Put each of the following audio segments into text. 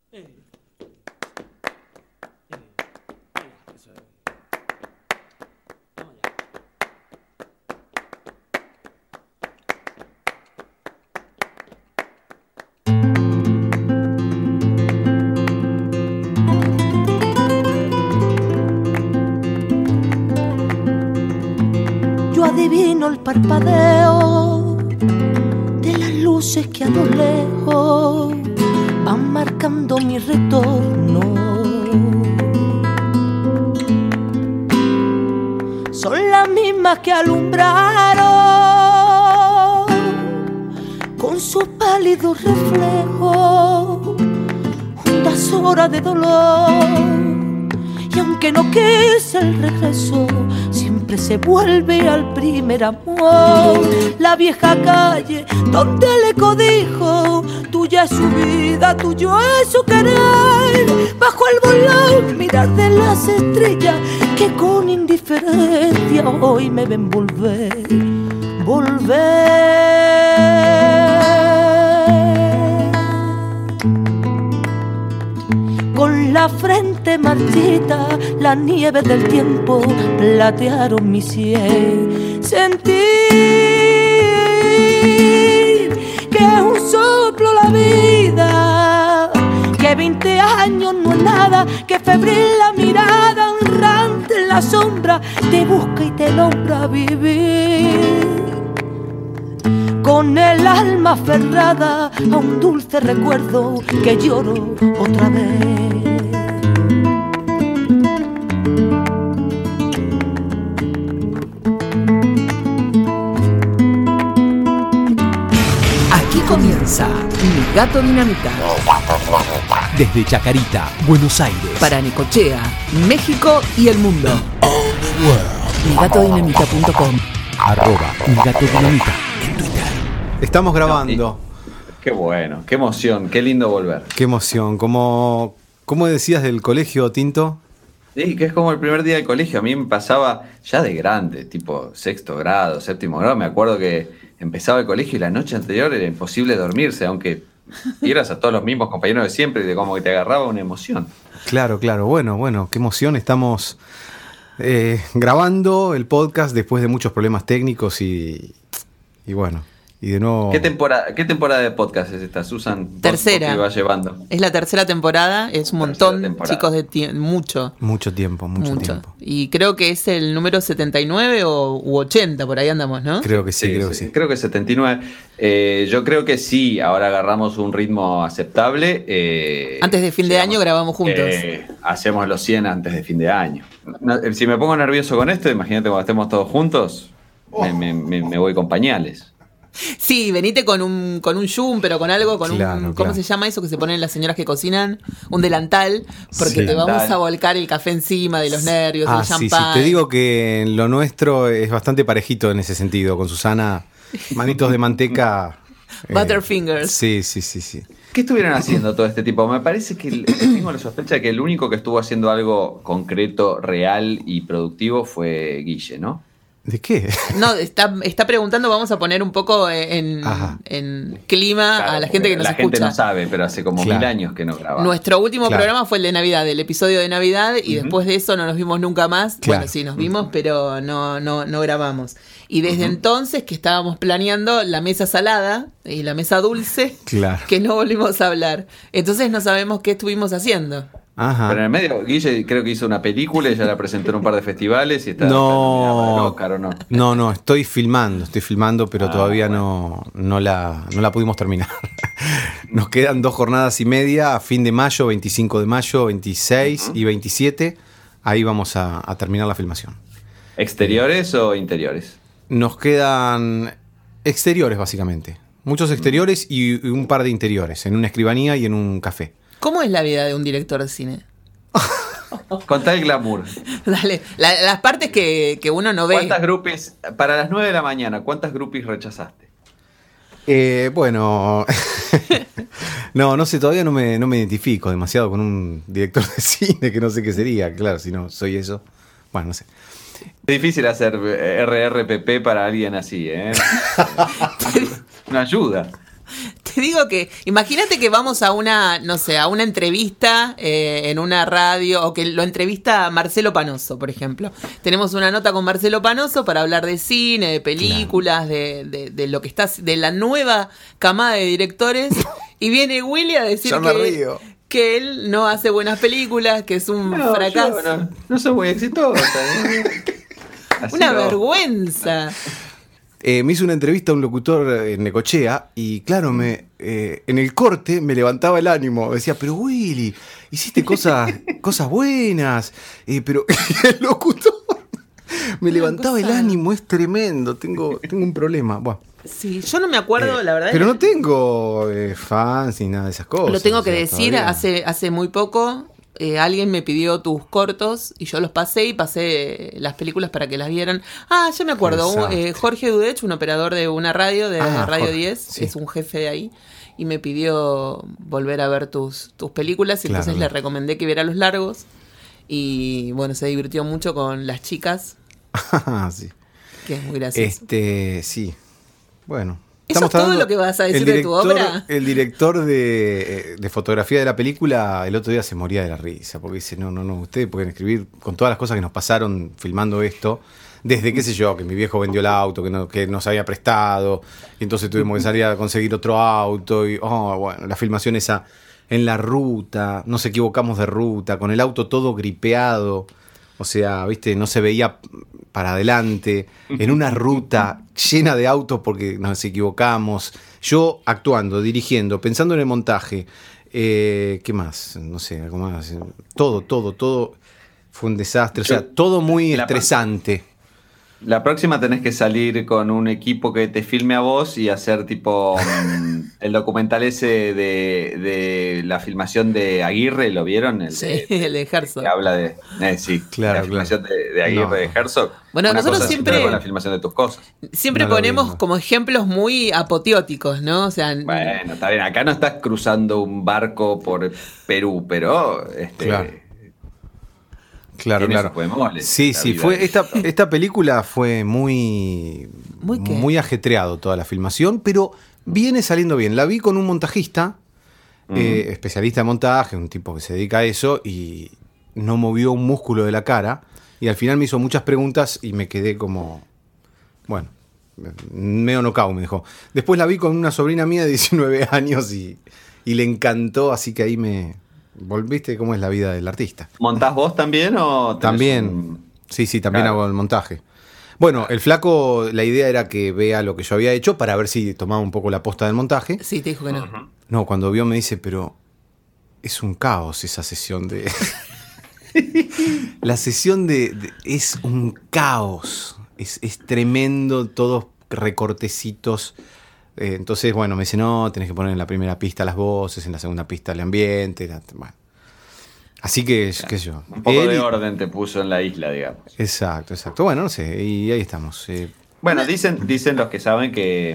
Eso es. Vamos allá. Yo adivino el parpadeo de las luces que a lo lejos van marcando mi retorno. Son las mismas que alumbraron con sus pálidos reflejos juntas horas de dolor. Y aunque no quise el regreso, siempre se vuelve al primer amor. La vieja calle donde el eco dijo: tuya es su vida, tuyo es su querer. Bajo el volón mirar de las estrellas que con indiferencia hoy me ven volver, Con la frente marchita, la nieve del tiempo platearon mi sien. Sentir que es un soplo la vida, que 20 años no es nada, que febril la mirada, honrante en la sombra, te busca y te logra vivir. Con el alma aferrada a un dulce recuerdo que lloro otra vez. Aquí comienza Mi Gato Dinamita. Desde Chacarita, Buenos Aires, Para Necochea, México y el mundo. MiGatoDinamita.com. @MiGatoDinamita en Twitter. Estamos grabando. Qué bueno, qué emoción, qué lindo volver. Qué emoción. ¿Cómo decías del colegio, Tinto? Sí, que es como el primer día del colegio. A mí me pasaba ya de grande, tipo sexto grado, séptimo grado. Me acuerdo que empezaba el colegio y la noche anterior era imposible dormirse, aunque vieras a todos los mismos compañeros de siempre, de como que te agarraba una emoción. Claro. Bueno, qué emoción. Estamos grabando el podcast después de muchos problemas técnicos y bueno. Y de nuevo... ¿Qué temporada de podcast es esta, Susan? Tercera. ¿Qué vas llevando? Es la tercera temporada, es un montón, chicos, mucho. Mucho tiempo. Y creo que es el número 79 u 80, por ahí andamos, ¿no? Creo que sí. Creo que 79. Yo creo que sí, ahora agarramos un ritmo aceptable. Antes de fin de año grabamos juntos. Hacemos los 100 antes de fin de año. Si me pongo nervioso con esto, imagínate cuando estemos todos juntos, me voy con pañales. Sí, venite con un zoom, pero con algo, Claro. ¿cómo se llama eso que se ponen las señoras que cocinan? Un delantal, porque Sí. te vamos a volcar el café encima de los nervios, el Sí. champán. Te digo que lo nuestro es bastante parejito en ese sentido. Con Susana, manitos de manteca. Butterfingers. Sí. ¿Qué estuvieron haciendo todo este tiempo? Me parece que tengo la sospecha de que el único que estuvo haciendo algo concreto, real y productivo fue Guille, ¿no? ¿De qué? No, está preguntando, vamos a poner un poco en clima Claro, a la gente que nos la escucha. gente no sabe, pero hace como 1000 años que no grabamos. Nuestro último Claro. programa fue el de Navidad, el episodio de Navidad, y después de eso no nos vimos nunca más. Claro. Bueno, sí, nos vimos, pero no grabamos. Y desde entonces que estábamos planeando la mesa salada y la mesa dulce, Claro. que no volvimos a hablar. Entonces no sabemos qué estuvimos haciendo. Ajá. Pero en el medio, Guille creo que hizo una película y ya la presentó en un par de festivales y está nominada al Oscar, ¿o no? No, estoy filmando, pero todavía bueno. no la pudimos terminar. Nos quedan 2 jornadas y media a fin de mayo, 25 de mayo, 26 y 27. Ahí vamos a terminar la filmación. ¿Exteriores o interiores? Nos quedan exteriores, básicamente. Muchos exteriores y un par de interiores, en una escribanía y en un café. ¿Cómo es la vida de un director de cine? Contá el glamour. Dale, las partes que uno no ve. ¿Cuántas groupies, para las 9 de la mañana, cuántas groupies rechazaste? Bueno, no sé, todavía no me identifico demasiado con un director de cine que no sé qué sería. Claro, si no soy eso. Bueno, no sé. Es difícil hacer RRPP para alguien así, ¿eh? Una ayuda. Te digo que, imagínate que vamos a una, no sé, a una entrevista en una radio, o que lo entrevista Marcelo Panoso, por ejemplo. Tenemos una nota con Marcelo Panoso para hablar de cine, de películas, de lo que está, de la nueva camada de directores, y viene Willy a decir que él no hace buenas películas, que es un fracaso. Yo no soy muy exitosa. Una vergüenza. Me hizo una entrevista a un locutor en Necochea y claro, en el corte me levantaba el ánimo. Decía, pero Willy, hiciste cosas buenas. Pero el locutor me levantaba el ánimo, es tremendo. Tengo un problema. Bueno. Sí, yo no me acuerdo, la verdad. Pero no tengo fans ni nada de esas cosas. Lo tengo que decir, todavía. hace muy poco alguien me pidió tus cortos y yo los pasé y pasé las películas para que las vieran. Ah, ya me acuerdo. Jorge Dudech, un operador de una radio, de Radio Jorge, 10, sí. es un jefe de ahí, y me pidió volver a ver tus películas, y Claro, entonces claro. le recomendé que viera Los Largos. Y bueno, se divirtió mucho con las chicas, Sí. que es muy gracioso. Sí. Bueno. ¿Eso es todo hablando- lo que vas a decir el de tu obra? El director de fotografía de la película el otro día se moría de la risa, porque dice, no, ustedes pueden escribir con todas las cosas que nos pasaron filmando esto, desde, qué sé yo, que mi viejo vendió el auto, que nos había prestado, y entonces tuvimos que salir a conseguir otro auto, y bueno, la filmación esa en la ruta, nos equivocamos de ruta, con el auto todo gripeado, o sea, viste, no se veía para adelante, en una ruta llena de autos porque nos equivocamos, yo actuando, dirigiendo, pensando en el montaje, ¿qué más? No sé, algo más, todo fue un desastre, o sea, todo muy estresante. La próxima tenés que salir con un equipo que te filme a vos y hacer tipo el documental ese de la filmación de Aguirre, ¿lo vieron? El Sí, el de Herzog. que habla de sí, Claro, la filmación de Aguirre, No. de Herzog. Bueno, Una nosotros cosa siempre- similar con la filmación de tus cosas. Siempre No lo ponemos vimos. como ejemplos muy apoteóticos, ¿no? O sea, Bueno, está bien, acá no estás cruzando un barco por Perú, pero Claro, tiene claro. sus bemoles, Sí, la sí, vida. fue esta película fue ¿Muy qué? muy ajetreado toda la filmación, pero viene saliendo bien. La vi con un montajista, especialista en montaje, un tipo que se dedica a eso, y no movió un músculo de la cara, y al final me hizo muchas preguntas y me quedé como, bueno, medio knockout, me dijo. Después la vi con una sobrina mía de 19 años y le encantó, así que ahí me... ¿Volviste cómo es la vida del artista? ¿Montás vos también o tenés También, un- sí, también Claro. hago el montaje. Bueno, el flaco, la idea era que vea lo que yo había hecho para ver si tomaba un poco la posta del montaje. sí, te dijo que no. No, cuando vio me dice, pero es un caos esa sesión de... La sesión es un caos, es tremendo, todos recortecitos. Entonces, bueno, me dice, no, tenés que poner en la primera pista las voces, en la segunda pista el ambiente. Bueno. Así que, qué sé yo. Un poco Él de y- orden te puso en la isla, digamos. Exacto. Bueno, no sé, y ahí estamos. Bueno, dicen los que saben que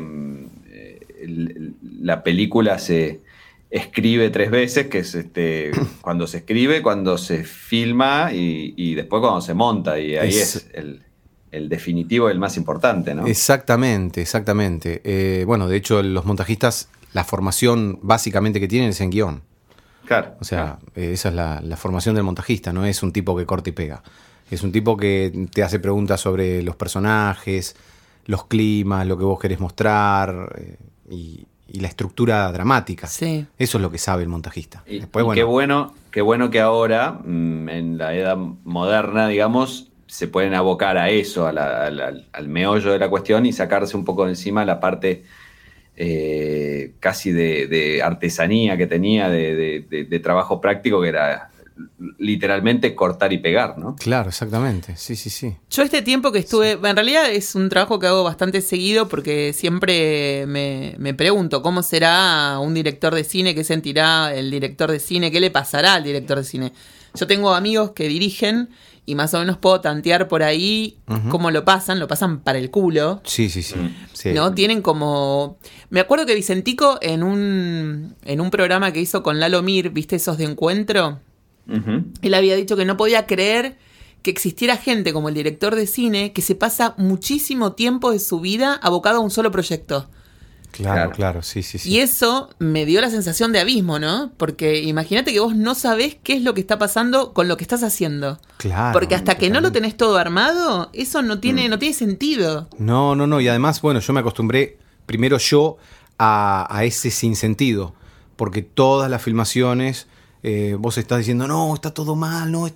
la película se escribe 3 veces, que es cuando se escribe, cuando se filma y después cuando se monta. Y ahí es el definitivo, el más importante, ¿no? Exactamente. Bueno, de hecho, los montajistas, la formación básicamente que tienen es en guión. Claro. O sea, esa es la formación del montajista, no es un tipo que corta y pega. Es un tipo que te hace preguntas sobre los personajes, los climas, lo que vos querés mostrar y la estructura dramática. Sí. Eso es lo que sabe el montajista. Y Después, qué bueno que ahora, en la edad moderna, digamos, se pueden abocar a eso, al meollo de la cuestión y sacarse un poco de encima la parte casi de artesanía que tenía, de trabajo práctico, que era literalmente cortar y pegar, ¿no? Claro, exactamente. Sí. Yo este tiempo que estuve, en realidad es un trabajo que hago bastante seguido porque siempre me pregunto cómo será un director de cine, qué sentirá el director de cine, qué le pasará al director de cine. Yo tengo amigos que dirigen y más o menos puedo tantear por ahí cómo lo pasan para el culo. Sí. ¿No? Tienen como... Me acuerdo que Vicentico en un programa que hizo con Lalo Mir, ¿viste esos de encuentro? Uh-huh. Él había dicho que no podía creer que existiera gente como el director de cine que se pasa muchísimo tiempo de su vida abocado a un solo proyecto. Claro, sí. Y eso me dio la sensación de abismo, ¿no? Porque imagínate que vos no sabés qué es lo que está pasando con lo que estás haciendo. Claro. Porque hasta que no lo tenés todo armado, eso no tiene sentido. No. Y además, bueno, yo me acostumbré primero yo a ese sinsentido. Porque todas las filmaciones, vos estás diciendo, no, está todo mal, no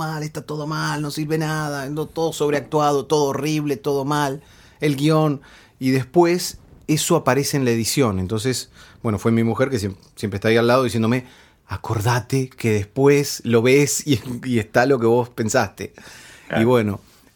sirve nada, todo sobreactuado, todo horrible, todo mal, el guión. Y después eso aparece en la edición. Entonces, bueno, fue mi mujer que siempre está ahí al lado diciéndome, acordate que después lo ves y está lo que vos pensaste. Claro. Y bueno,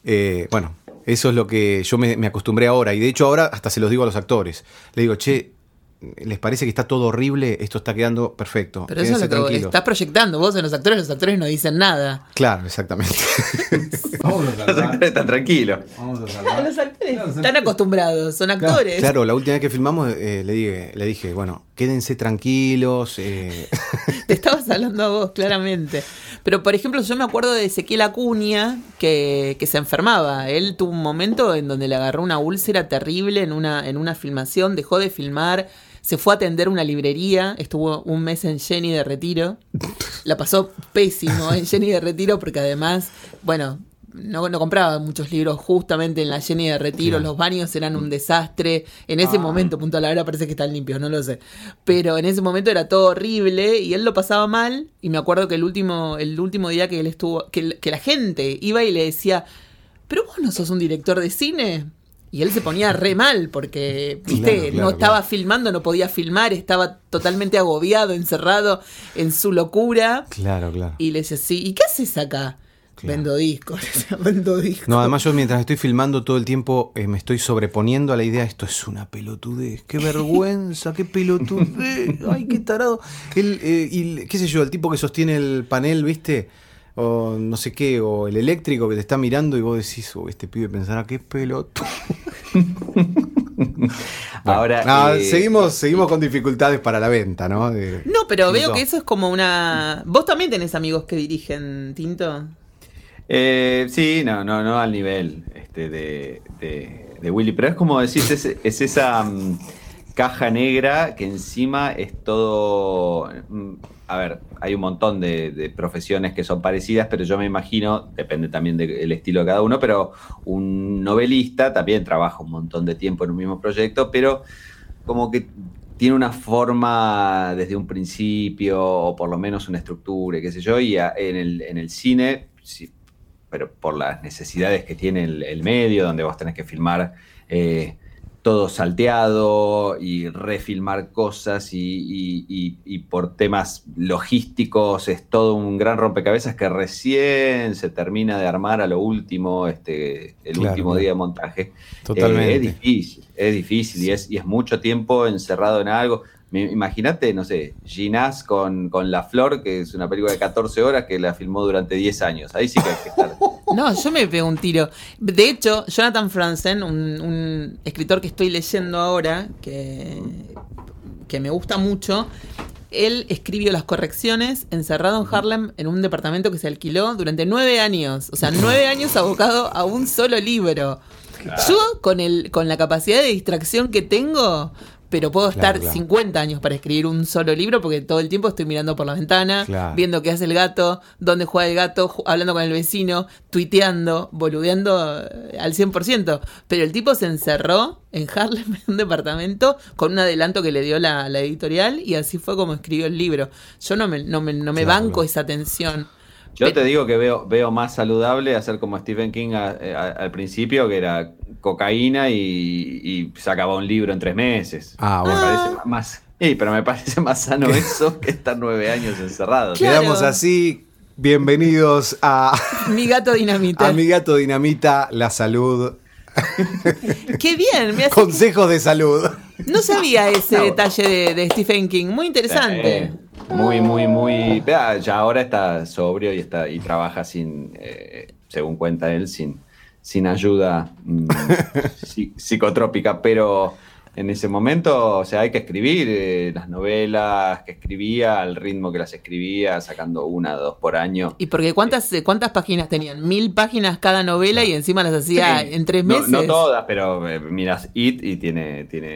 eso es lo que yo me acostumbré ahora. Y de hecho ahora hasta se los digo a los actores. Le digo, che, ¿les parece que está todo horrible? Esto está quedando perfecto. Pero eso es lo que estás proyectando vos en los actores no dicen nada. Claro, exactamente. Los actores están tranquilos. Los actores están acostumbrados, son actores. Claro, la última vez que filmamos le dije, bueno, quédense tranquilos. Te estabas hablando a vos, claramente. Pero, por ejemplo, yo me acuerdo de Ezequiel Acuña, que se enfermaba. Él tuvo un momento en donde le agarró una úlcera terrible en una filmación, dejó de filmar, se fue a atender una librería, estuvo un mes en Jenny de Retiro. La pasó pésimo en Jenny de Retiro porque además, bueno, no compraba muchos libros justamente en la Jenny de Retiro, los baños eran un desastre. En ese momento, punto a la hora, parece que están limpios, no lo sé. Pero en ese momento era todo horrible y él lo pasaba mal. Y me acuerdo que el último día que él estuvo, que la gente iba y le decía, ¿pero vos no sos un director de cine? Y él se ponía re mal porque, viste, no estaba filmando, no podía filmar, estaba totalmente agobiado, encerrado en su locura. Claro. Y le decía, sí, ¿y qué haces acá? Claro. Vendo discos. No, además yo mientras estoy filmando todo el tiempo me estoy sobreponiendo a la idea, esto es una pelotudez, qué vergüenza, qué pelotudez, ay, qué tarado. Y qué sé yo, el tipo que sostiene el panel, viste, o no sé qué, o el eléctrico que te está mirando y vos decís, este pibe pensará, qué pelotudo. Ahora, seguimos con dificultades para la venta, ¿no? No, pero veo que eso es como una... ¿Vos también tenés amigos que dirigen, Tinto? Sí, no al nivel de Willy, pero es como decís, es esa caja negra que encima es todo... A ver, hay un montón de profesiones que son parecidas, pero yo me imagino, depende también del estilo de cada uno, pero un novelista también trabaja un montón de tiempo en un mismo proyecto, pero como que tiene una forma desde un principio, o por lo menos una estructura, qué sé yo, y en el cine, sí, pero por las necesidades que tiene el medio, donde vos tenés que filmar todo salteado y refilmar cosas y por temas logísticos es todo un gran rompecabezas que recién se termina de armar a lo último, último día de montaje. Totalmente. Es difícil y es mucho tiempo encerrado en algo. Imagínate, no sé, Ginás con La Flor, que es una película de 14 horas que la filmó durante 10 años. Ahí sí que hay que estar. No, yo me pego un tiro. De hecho, Jonathan Franzen, un escritor que estoy leyendo ahora, que me gusta mucho, él escribió Las Correcciones encerrado en Harlem en un departamento que se alquiló durante 9 años. O sea, 9 años abocado a un solo libro. Claro. Yo, con la capacidad de distracción que tengo... Pero puedo estar 50 años para escribir un solo libro porque todo el tiempo estoy mirando por la ventana, viendo qué hace el gato, dónde juega el gato, hablando con el vecino, tuiteando, boludeando al 100%. Pero el tipo se encerró en Harlem en un departamento con un adelanto que le dio la editorial y así fue como escribió el libro. Yo no me banco esa tensión. Yo te digo que veo más saludable hacer como Stephen King al principio, que era cocaína y sacaba un libro en 3 meses. Me parece más. Pero me parece más sano eso que estar 9 años encerrados. Claro. Quedamos así. Bienvenidos a Mi Gato Dinamita. A Mi Gato Dinamita, la salud. Qué bien. Consejos de salud. No sabía ese detalle de Stephen King. Muy interesante. Muy. Ya ahora está sobrio y trabaja sin, según cuenta él, sin ayuda psicotrópica, pero en ese momento, o sea, hay que escribir las novelas que escribía al ritmo que las escribía, sacando 1 o 2 por año. ¿Y porque cuántas páginas tenían? 1000 páginas cada novela y encima las hacía en 3 meses. No todas, pero miras It y tiene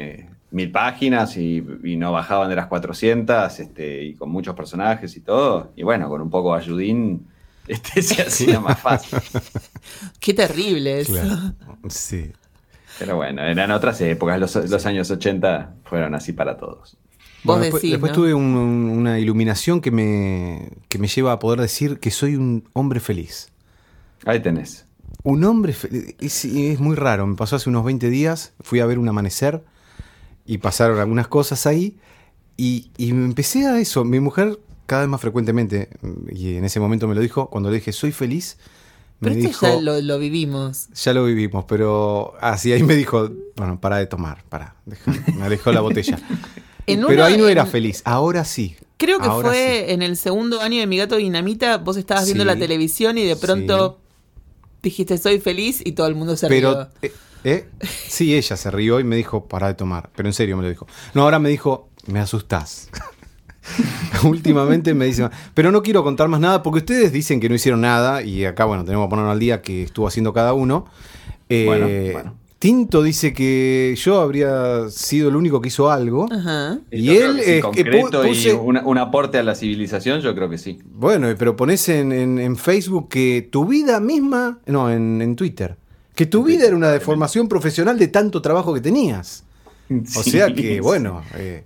1000 páginas y no bajaban de las 400, y con muchos personajes y todo. Y bueno, con un poco de ayudín se hacía más fácil. Qué terrible eso. Claro. Sí. Pero bueno, eran otras épocas. Los años 80 fueron así para todos. Vos Después decís, ¿no? tuve una iluminación que me lleva a poder decir que soy un hombre feliz. Ahí tenés. Un hombre feliz. Es muy raro. Me pasó hace unos 20 días. Fui a ver un amanecer y pasaron algunas cosas ahí. Y me empecé a eso. Mi mujer, cada vez más frecuentemente, y en ese momento me lo dijo, cuando le dije soy feliz, me Pero dijo. ya lo vivimos. Ya lo vivimos, pero así ahí me dijo, bueno, para de tomar, me alejó la botella. Pero ahí no era feliz, ahora sí. Creo que ahora fue sí. en el segundo año de Mi Gato Dinamita, vos estabas viendo Sí. la televisión y de pronto dijiste soy feliz y todo el mundo se rió. Sí, ella se rió y me dijo, para de tomar, pero en serio me lo dijo. No, ahora me dijo, me asustás. Últimamente me dice, pero no quiero contar más nada porque ustedes dicen que no hicieron nada y acá, bueno, tenemos que ponernos al día que estuvo haciendo cada uno. Bueno. Tinto dice que yo habría sido el único que hizo algo. Ajá. Y Yo creo él que sí, es concreto puse, y un aporte a la civilización, yo creo que sí. bueno, pero pones en Facebook que tu vida misma, no, en Twitter, que tu vida era una deformación profesional de tanto trabajo que tenías. O Sí, sea que, sí. bueno,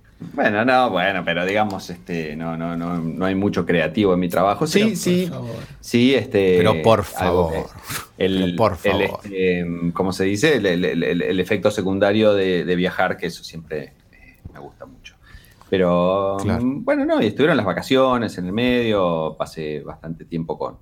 pero digamos, no hay mucho creativo en mi trabajo. Sí, Pero, sí, por favor. sí, pero por algo favor. que- Por favor. ¿cómo se dice? El efecto secundario de viajar, que eso siempre me gusta mucho. Pero, Claro. bueno, no, y estuvieron las vacaciones en el medio, pasé bastante tiempo con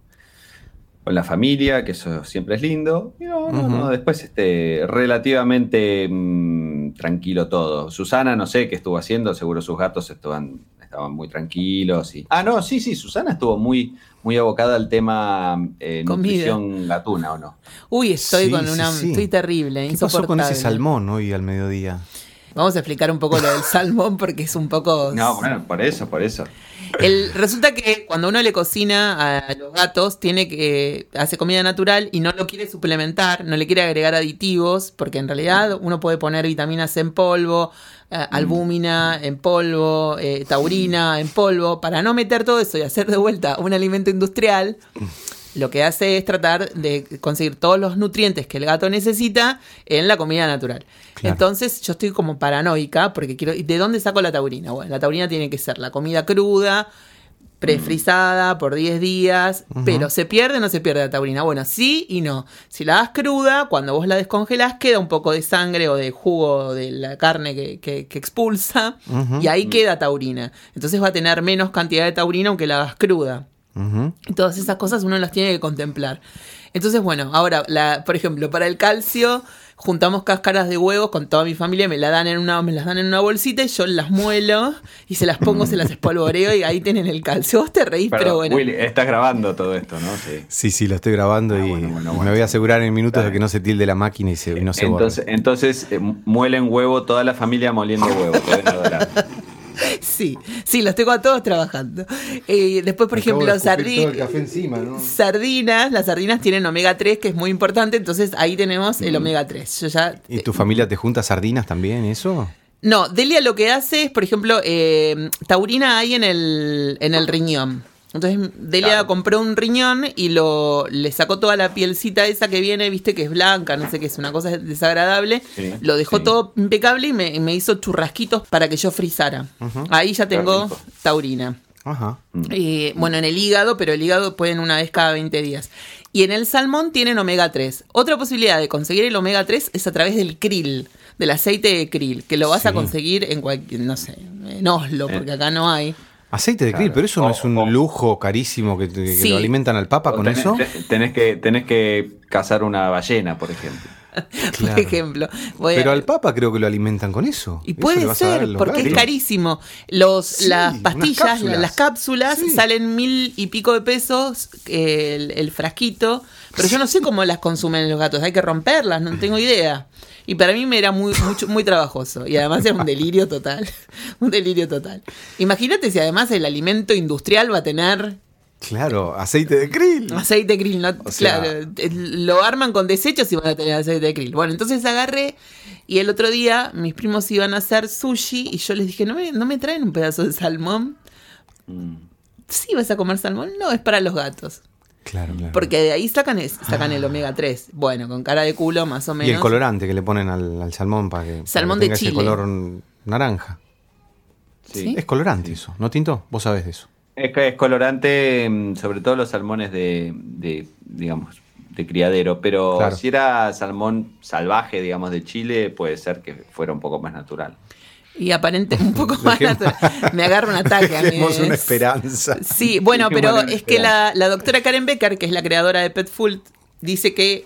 la familia, que eso siempre es lindo. Y no, después relativamente tranquilo todo. Susana, no sé qué estuvo haciendo, seguro sus gatos estaban muy tranquilos. Sí, Susana estuvo muy, muy abocada al tema nutrición gatuna, ¿o no? Uy, estoy Sí, con sí, una... sí. Estoy terrible, ¿Qué pasó con insoportable. ese salmón hoy al mediodía? Vamos a explicar un poco lo del salmón porque es un poco... No, bueno, por eso. Resulta que cuando uno le cocina a los gatos, hace comida natural y no lo quiere suplementar, no le quiere agregar aditivos, porque en realidad uno puede poner vitaminas en polvo, albúmina en polvo, taurina en polvo, para no meter todo eso y hacer de vuelta un alimento industrial. Lo que hace es tratar de conseguir todos los nutrientes que el gato necesita en la comida natural. Claro. Entonces yo estoy como paranoica porque quiero... ¿Y de dónde saco la taurina? Bueno, la taurina tiene que ser la comida cruda, prefrizada por 10 días, pero ¿se pierde o no se pierde la taurina? Bueno, sí y no. Si la das cruda, cuando vos la descongelás, queda un poco de sangre o de jugo de la carne que expulsa y ahí queda taurina. Entonces va a tener menos cantidad de taurina aunque la hagas cruda. Y todas esas cosas uno las tiene que contemplar. Entonces, bueno, ahora, por ejemplo, para el calcio, juntamos cáscaras de huevos con toda mi familia, me las dan en una bolsita y yo las muelo y se las pongo, se las espolvoreo y ahí tienen el calcio. Vos te reís, pero bueno. Willy, estás grabando todo esto, ¿no? Sí. Sí, lo estoy grabando y bueno. me voy a asegurar en minutos de que no se tilde la máquina y no se borre. Entonces muelen huevo, toda la familia moliendo huevo. te ven adorar. Sí, los tengo a todos trabajando. Después, por ejemplo, Todo el café encima, ¿no? las sardinas tienen omega 3, que es muy importante, entonces ahí tenemos el omega 3. Yo ya... ¿Y tu familia te junta sardinas también, eso? No, Delia lo que hace es, por ejemplo, taurina hay en el riñón. Entonces Delia compró un riñón y le sacó toda la pielcita esa que viene, viste, que es blanca, no sé qué, es una cosa desagradable. Sí, lo dejó sí. todo impecable y me hizo churrasquitos para que yo frizara. Ahí ya tengo rico. taurina. Ajá. Bueno, en el hígado, pero el hígado pueden una vez cada 20 días. Y en el salmón tienen omega 3. Otra posibilidad de conseguir el omega 3 es a través del krill, del aceite de krill, que lo vas a conseguir en cualquier, no sé, en Oslo, porque acá no hay. Aceite de krill, pero eso no es un lujo carísimo que Sí. lo alimentan al papa con eso. Tenés que cazar una ballena, por ejemplo. Claro. Por ejemplo. Pero al papa creo que lo alimentan con eso. Y Eso puede le vas a dar a ser, los porque es gatos. carísimo. Sí, Las unas pastillas, cápsulas. las cápsulas Sí. salen 1000 y pico de pesos el frasquito, pero yo no sé cómo las consumen los gatos. Hay que romperlas, no tengo idea. Y para mí me era muy trabajoso. Y además era un delirio total. Un delirio total. Imagínate si además el alimento industrial va a tener Claro, aceite de krill. Aceite de krill, ¿no? O sea- Claro, lo arman con desechos y van a tener aceite de krill. Bueno, entonces agarré y el otro día mis primos iban a hacer sushi y yo les dije, ¿no me traen un pedazo de salmón? ¿Sí vas a comer salmón? No, es para los gatos. Claro. Porque de ahí sacan el omega 3. Bueno, con cara de culo más o menos. Y el colorante que le ponen al salmón para que, Salmón para que de tenga ese Chile. color naranja. ¿Sí? Es colorante eso, ¿no, Tinto? Vos sabés de eso. Es colorante, sobre todo los salmones digamos, de criadero, pero Claro. si era salmón salvaje, digamos, de Chile, puede ser que fuera un poco más natural. Y aparente un poco más Dejemos- natural. Me agarra un ataque a mí. Tenemos una esperanza. Sí, bueno, Qué pero buena es que esperanza. la doctora Karen Becker, que es la creadora de Pet Food, dice que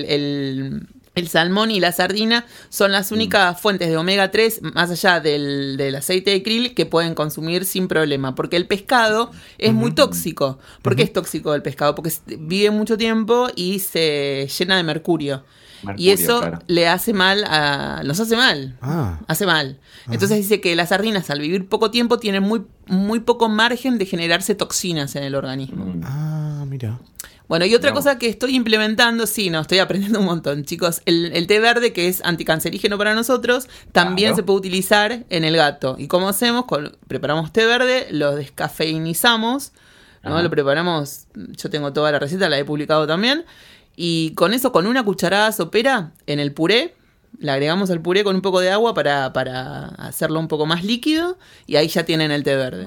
el salmón y la sardina son las únicas fuentes de omega 3, más allá del aceite de krill, que pueden consumir sin problema. Porque el pescado es muy tóxico. ¿Por qué es tóxico el pescado? Porque vive mucho tiempo y se llena de mercurio. Y Mercurio, eso claro. le hace mal nos hace mal. Ah. Hace mal. Entonces dice que las sardinas, al vivir poco tiempo, tienen muy poco margen de generarse toxinas en el organismo. Ah, mira. Bueno, y otra Digamos. cosa que estoy implementando, estoy aprendiendo un montón, chicos. El té verde, que es anticancerígeno para nosotros, también Claro. se puede utilizar en el gato. ¿Y cómo hacemos? Preparamos té verde, lo descafeinizamos, ¿no? Ajá. Lo preparamos, yo tengo toda la receta, la he publicado también. Y con eso, con una cucharada sopera en el puré, le agregamos al puré con un poco de agua para hacerlo un poco más líquido. Y ahí ya tienen el té verde.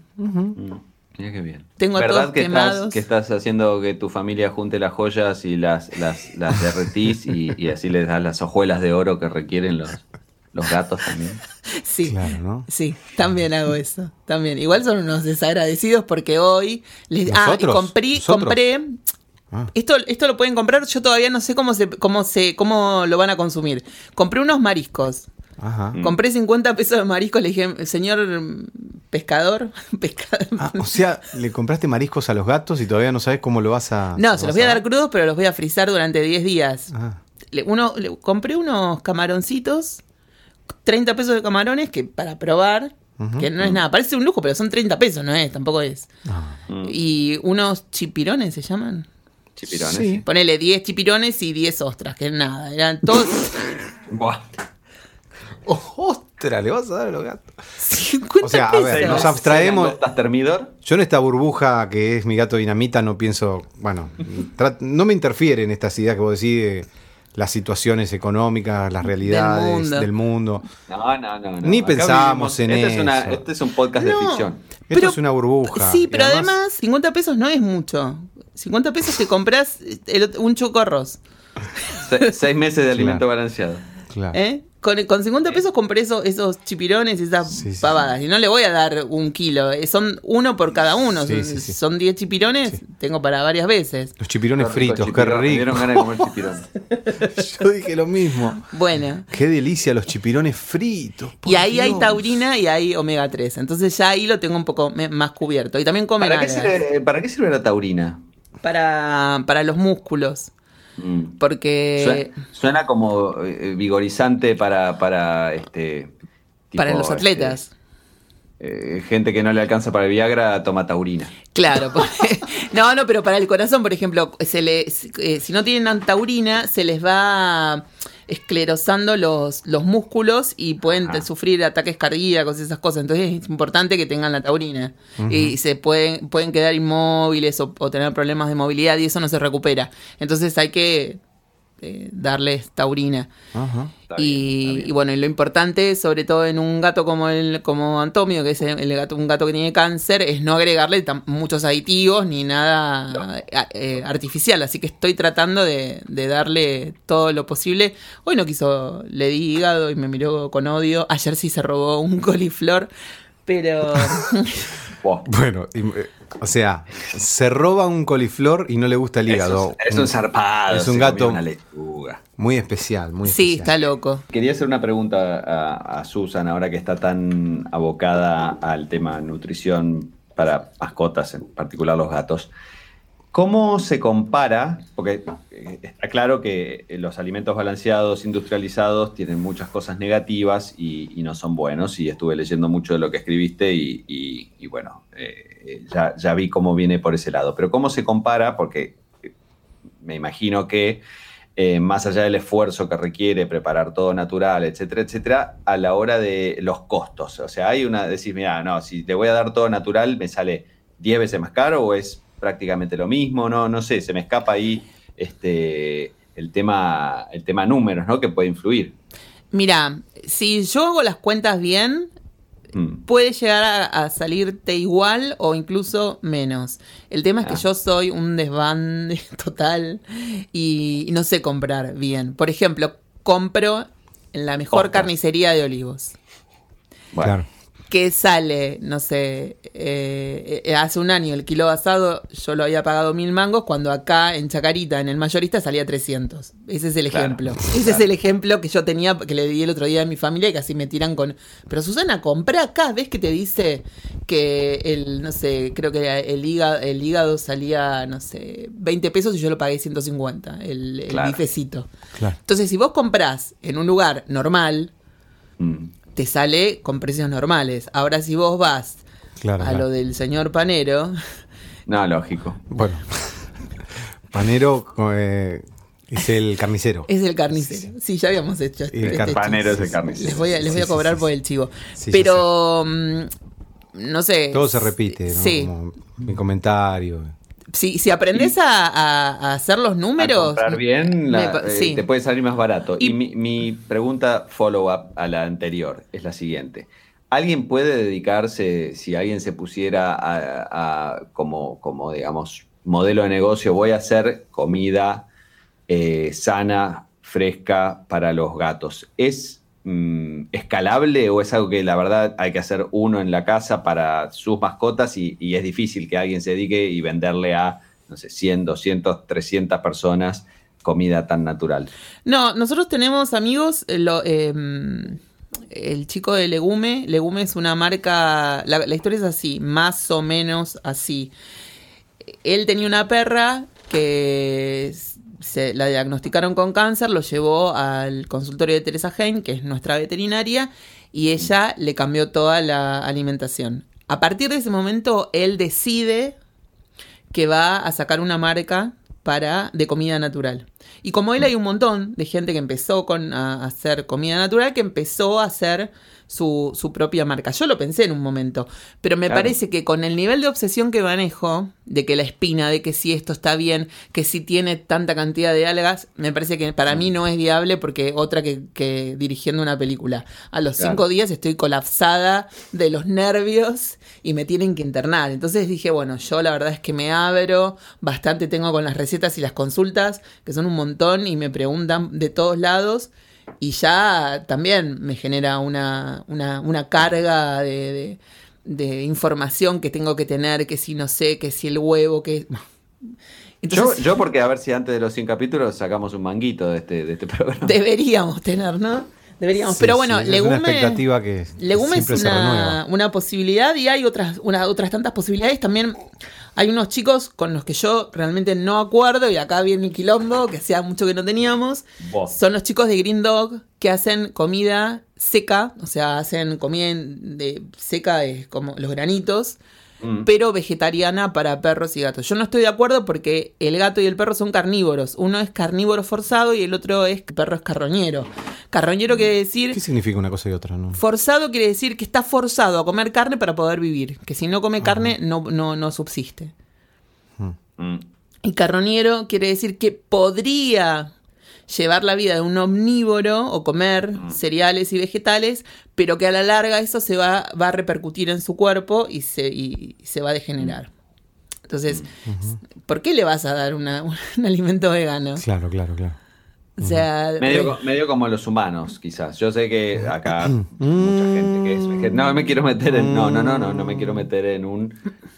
Mira qué bien. Tengo a ¿Verdad todos que quemados? que estás haciendo que tu familia junte las joyas y las derretís y así les das las hojuelas de oro que requieren los gatos también? Sí. Claro, ¿no? Sí, también hago eso. También. Igual son unos desagradecidos porque hoy les. ¿Nosotros? Y ¿Nosotros? compré. Ah. Esto lo pueden comprar, yo todavía no sé cómo lo van a consumir. Compré unos mariscos. Ajá. Compré 50 pesos de mariscos, le dije, señor pescador, Ah, o sea, le compraste mariscos a los gatos y todavía no sabes cómo lo vas a... No, se los voy a dar crudos, pero los voy a frizar durante 10 días. Ah. Compré unos camaroncitos, 30 pesos de camarones, que para probar, que no es nada, parece un lujo, pero son 30 pesos, no es, tampoco es. Y unos chipirones se llaman. Chipirones. Sí. Ponele 10 chipirones y 10 ostras, que es nada, eran todos Buah. ¡Ostras! ¿Le vas a dar a los gatos? 50 O sea, a ver, pesos. nos abstraemos. ¿Estás termidor? Yo en esta burbuja que es mi gato dinamita no pienso, bueno, no me interfiere en estas ideas que vos decís de las situaciones económicas, las realidades del mundo. No. Ni Acá pensamos vivimos- en eso. Este es un podcast de No. ficción. Esto es una burbuja. Sí, Y pero además 50 pesos no es mucho. 50 pesos te compras un chocorros. 6 meses de alimento balanceado. Claro. ¿Eh? Con 50 pesos compré esos chipirones y esas Sí, sí, pavadas. Y no le voy a dar 1 kilo. Son uno por cada uno. Sí, sí, sí. Son 10 chipirones. Sí. Tengo para varias veces. Los chipirones Qué rico, fritos, qué chipirón. Me rico. dieron ganas de comer chipirones. Yo dije lo mismo. Bueno. Qué delicia los chipirones fritos. por Y ahí hay Dios. taurina y hay omega 3. Entonces ya ahí lo tengo un poco más cubierto. Y también comen ¿Para qué algas. ¿Para qué sirve la taurina? Para los músculos. Porque Suena como vigorizante para los atletas. Gente que no le alcanza para el Viagra toma taurina. Claro, no, pero para el corazón, por ejemplo, si no tienen taurina, se les va esclerosando los músculos y pueden sufrir ataques cardíacos y esas cosas. Entonces es importante que tengan la taurina. Y se pueden quedar inmóviles o tener problemas de movilidad y eso no se recupera. Entonces hay que darles taurina. Ajá. Está bien. Y bueno, y lo importante, sobre todo en un gato como Antonio, que es un gato que tiene cáncer, es no agregarle muchos aditivos ni nada artificial. Así que estoy tratando de darle todo lo posible. Hoy no quiso, le di hígado y me miró con odio. Ayer sí se robó un coliflor, pero... Buah. Bueno, o sea, se roba un coliflor y no le gusta el hígado. Es un zarpado. Es un se gato comió una lechuga. muy especial, muy Sí, especial. está loco. Quería hacer una pregunta a Susan, ahora que está tan abocada al tema nutrición para mascotas, en particular los gatos. ¿Cómo se compara? Porque está claro que los alimentos balanceados, industrializados, tienen muchas cosas negativas y no son buenos. Y estuve leyendo mucho de lo que escribiste y bueno, ya vi cómo viene por ese lado. Pero ¿cómo se compara? Porque me imagino que más allá del esfuerzo que requiere preparar todo natural, etcétera, etcétera, a la hora de los costos. O sea, hay decir, mira, no, si le voy a dar todo natural, ¿me sale 10 veces más caro o es prácticamente lo mismo? No sé, se me escapa ahí el tema números, ¿no? Que puede influir. Mira, si yo hago las cuentas bien, puede llegar a salirte igual o incluso menos. El tema es que yo soy un desbande total y no sé comprar bien. Por ejemplo, compro en la mejor carnicería de Olivos. Bueno. Claro. Que sale, no sé, hace un año el kilo de asado yo lo había pagado 1.000 mangos, cuando acá en Chacarita, en el mayorista, salía 300. Ese es el ejemplo. Ese es el ejemplo que yo tenía, que le di el otro día a mi familia y casi me tiran con... Pero Susana, compré acá, ¿ves que te dice que no sé, creo que el hígado salía, no sé, 20 pesos y yo lo pagué 150, el bifecito. Claro. Entonces, si vos comprás en un lugar normal... te sale con precios normales. Ahora si vos vas a lo del señor Panero... No, lógico. Bueno, Panero es el carnicero. Es el carnicero. Sí, ya habíamos hecho Panero es el carnicero. Les voy a cobrar por el chivo. Pero, no sé... Todo se repite, ¿no? Sí. Como mi comentario. Si aprendés a hacer los números... A comprar bien, sí. te puede salir más barato. Y mi pregunta follow-up a la anterior es la siguiente. ¿Alguien puede dedicarse, si alguien se pusiera como digamos, modelo de negocio, voy a hacer comida sana, fresca para los gatos? ¿Es escalable o es algo que la verdad hay que hacer uno en la casa para sus mascotas y es difícil que alguien se dedique y venderle a, no sé, 100, 200, 300 personas comida tan natural? No, nosotros tenemos amigos, el chico de Legume. Legume es una marca, la historia es así, más o menos así. Él tenía una perra que la diagnosticaron con cáncer, lo llevó al consultorio de Teresa Hein, que es nuestra veterinaria, y ella le cambió toda la alimentación. A partir de ese momento, él decide que va a sacar una marca de comida natural. Y como él, hay un montón de gente que empezó a hacer comida natural, que empezó a hacer su propia marca. Yo lo pensé en un momento, pero me parece que con el nivel de obsesión que manejo, de que la espina, de que si esto está bien, que si tiene tanta cantidad de algas, me parece que para mí no es viable, porque otra que dirigiendo una película. A los 5 días estoy colapsada de los nervios y me tienen que internar. Entonces dije, bueno, yo la verdad es que me abro, bastante tengo con las recetas y las consultas, que son un montón y me preguntan de todos lados. Y ya también me genera una carga de información que tengo que tener, que si no sé, que si el huevo, que... Entonces, yo porque a ver si antes de los 100 capítulos sacamos un manguito de este programa. Deberíamos tener, ¿no? Deberíamos. Pero bueno, Legume, es una expectativa que Legume siempre es se renueva. una posibilidad, y hay otras tantas posibilidades. También hay unos chicos con los que yo realmente no acuerdo, y acá viene el quilombo, que hacía mucho que no teníamos. Son los chicos de Green Dog, que hacen comida seca, o sea, hacen comida seca, es como los granitos, pero vegetariana para perros y gatos. Yo no estoy de acuerdo porque el gato y el perro son carnívoros. Uno es carnívoro forzado y el otro perro es carroñero. Carroñero quiere decir... ¿Qué significa una cosa y otra, no? Forzado quiere decir que está forzado a comer carne para poder vivir. Que si no come carne, no subsiste. Y carroñero quiere decir que podría llevar la vida de un omnívoro o comer cereales y vegetales, pero que a la larga eso se va a repercutir en su cuerpo y se va a degenerar. Entonces, ¿por qué le vas a dar un alimento vegano? Claro. O sea, medio como los humanos, quizás. Yo sé que acá mucha gente que es vegetariana. No me quiero meter en... No me quiero meter en un...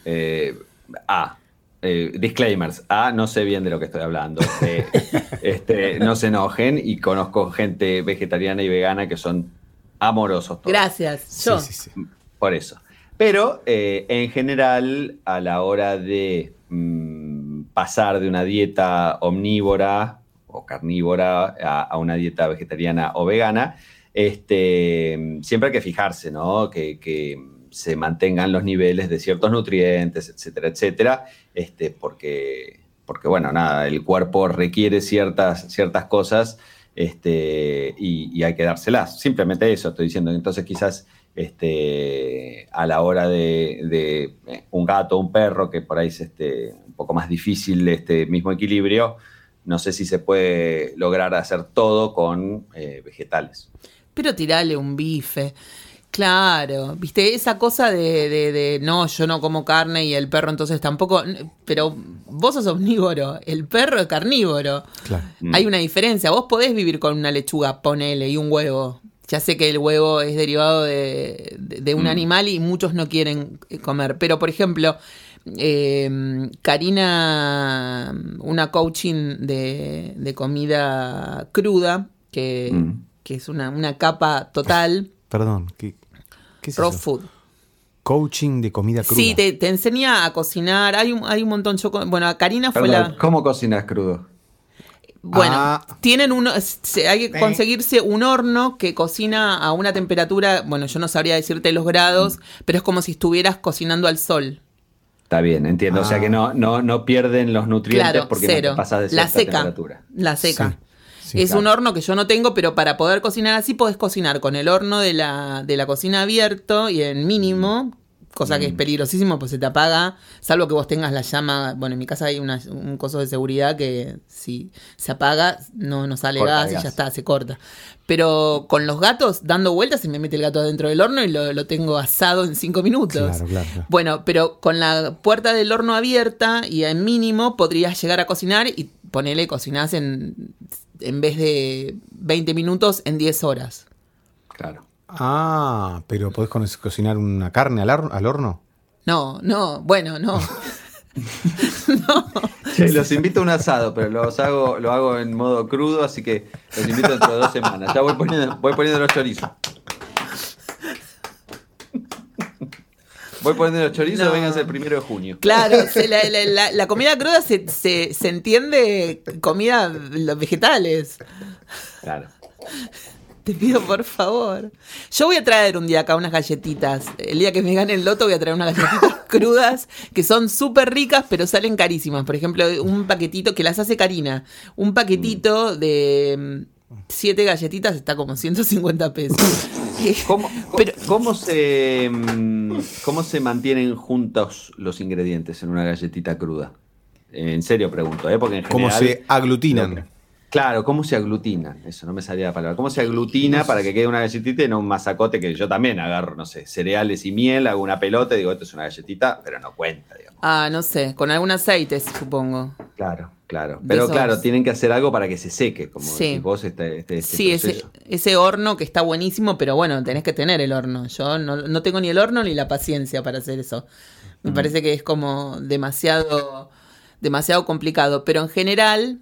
disclaimers. No sé bien de lo que estoy hablando. No se enojen, y conozco gente vegetariana y vegana que son amorosos todos. Gracias. Yo. Sí. Por eso. Pero en general, a la hora de pasar de una dieta omnívora o carnívora a una dieta vegetariana o vegana, siempre hay que fijarse, ¿no? Que se mantengan los niveles de ciertos nutrientes, etcétera, etcétera, porque bueno, nada, el cuerpo requiere ciertas cosas y hay que dárselas. Simplemente eso estoy diciendo. Entonces quizás a la hora de un gato o un perro, que por ahí es un poco más difícil este mismo equilibrio, no sé si se puede lograr hacer todo con vegetales. Pero tirale un bife. Claro, viste, esa cosa de no, yo no como carne y el perro entonces tampoco, pero vos sos omnívoro, el perro es carnívoro. Claro. Hay una diferencia, vos podés vivir con una lechuga, ponele, y un huevo. Ya sé que el huevo es derivado de un animal y muchos no quieren comer, pero por ejemplo, Karina, una coaching de comida cruda, que es una capa total. Perdón, ¿qué es Raw eso? food. Coaching de comida cruda. Sí, te enseña a cocinar. Hay un montón. Bueno, Karina fue Perdón, ¿cómo cocinas crudo? Bueno, tienen hay que conseguirse un horno que cocina a una temperatura. Bueno, yo no sabría decirte los grados, pero es como si estuvieras cocinando al sol. Está bien, entiendo. O sea que no pierden los nutrientes, Claro, porque cero. no te pasas de cierta temperatura. La seca. Sí, es claro. un horno que yo no tengo, pero para poder cocinar así podés cocinar con el horno de la cocina abierto y en mínimo, cosa que es peligrosísimo, pues se te apaga, salvo que vos tengas la llama. Bueno, en mi casa hay un coso de seguridad que si se apaga no sale Corta gas el y gas. ya está, se corta. Pero con los gatos dando vueltas se me mete el gato adentro del horno y lo tengo asado en 5 minutos. Claro. Bueno, pero con la puerta del horno abierta y en mínimo podrías llegar a cocinar y ponele, cocinás en vez de 20 minutos, en 10 horas. Claro. Ah, pero ¿podés cocinar una carne al horno? No, bueno, no. Che, los invito a un asado, pero lo hago en modo crudo, así que los invito dentro de 2 semanas. Ya voy poniendo los chorizos. Voy poniendo los chorizos, No. vénganse el 1 de junio. Claro, la comida cruda se entiende comida, los vegetales. Claro. Te pido por favor. Yo voy a traer un día acá unas galletitas. El día que me gane el loto voy a traer unas galletitas crudas que son súper ricas, pero salen carísimas. Por ejemplo, un paquetito que las hace Karina. Un paquetito de 7 galletitas está como 150 pesos. ¿Cómo se mantienen juntos los ingredientes en una galletita cruda? En serio pregunto, porque en general... ¿Cómo se aglutinan? Claro, ¿cómo se aglutinan? Eso, no me salía la palabra. ¿Cómo se aglutina para que quede una galletita y no un masacote que yo también agarro, no sé, cereales y miel, hago una pelota y digo, esto es una galletita, pero no cuenta, digamos. Ah, no sé, con algún aceite, supongo. Claro. Pero esos- claro, tienen que hacer algo para que se seque, como Sí. decís vos este Sí, proceso. ese horno que está buenísimo, pero bueno, tenés que tener el horno. Yo no tengo ni el horno ni la paciencia para hacer eso. Me parece que es como demasiado complicado. Pero en general,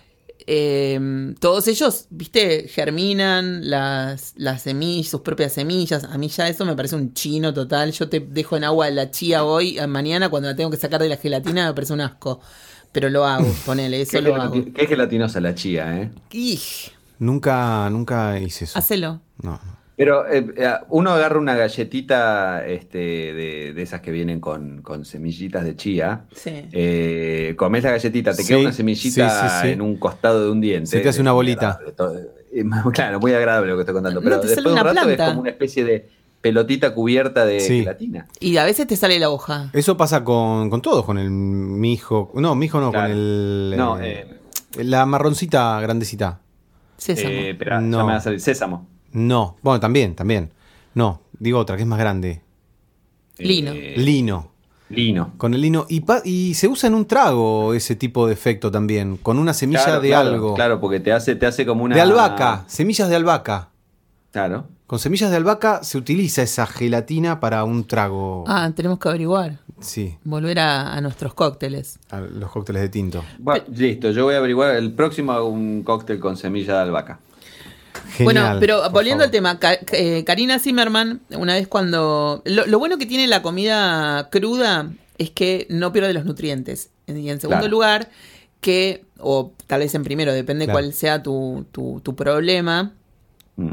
todos ellos, viste, germinan las semillas, sus propias semillas. A mí ya eso me parece un chino total. Yo te dejo en agua la chía hoy, mañana cuando la tengo que sacar de la gelatina me parece un asco. Pero lo hago, ponele, eso lo hago. Qué gelatinosa la chía, ¿eh? Ij, Nunca hice eso. hacelo. No. Pero uno agarra una galletita de esas que vienen con semillitas de chía. Sí. Comés la galletita, te Sí, queda una semillita sí. en un costado de un diente. Se te hace una Muy bolita. agradable todo. Claro, muy agradable lo que estoy contando. Pero No te después sale de un una rato planta. es como una especie de pelotita cubierta de Sí. gelatina. Y a veces te sale la hoja. Eso pasa con todos, con el mijo. No, mijo no, Claro. con el. No, la marroncita grandecita. Sésamo. Espera, No. ya me va a salir sésamo. No. Bueno, también. No, digo otra, que es más grande. Lino. Lino. Lino. Con el lino. Y se usa en un trago ese tipo de efecto también. Con una semilla Claro, de claro, algo. Claro, porque te hace como una. De albahaca. Semillas de albahaca. Claro. Con semillas de albahaca se utiliza esa gelatina para un trago. Ah, tenemos que averiguar. Sí, Volver a nuestros cócteles. a los cócteles de tinto. Bueno, listo, yo voy a averiguar. El próximo hago un cóctel con semilla de albahaca. Genial, Bueno, pero por volviendo al favor. tema, Karina Zimmerman, una vez cuando... Lo bueno que tiene la comida cruda es que no pierde los nutrientes. Y en segundo Claro. lugar, o tal vez en primero, depende Claro. cuál sea tu problema, Mm.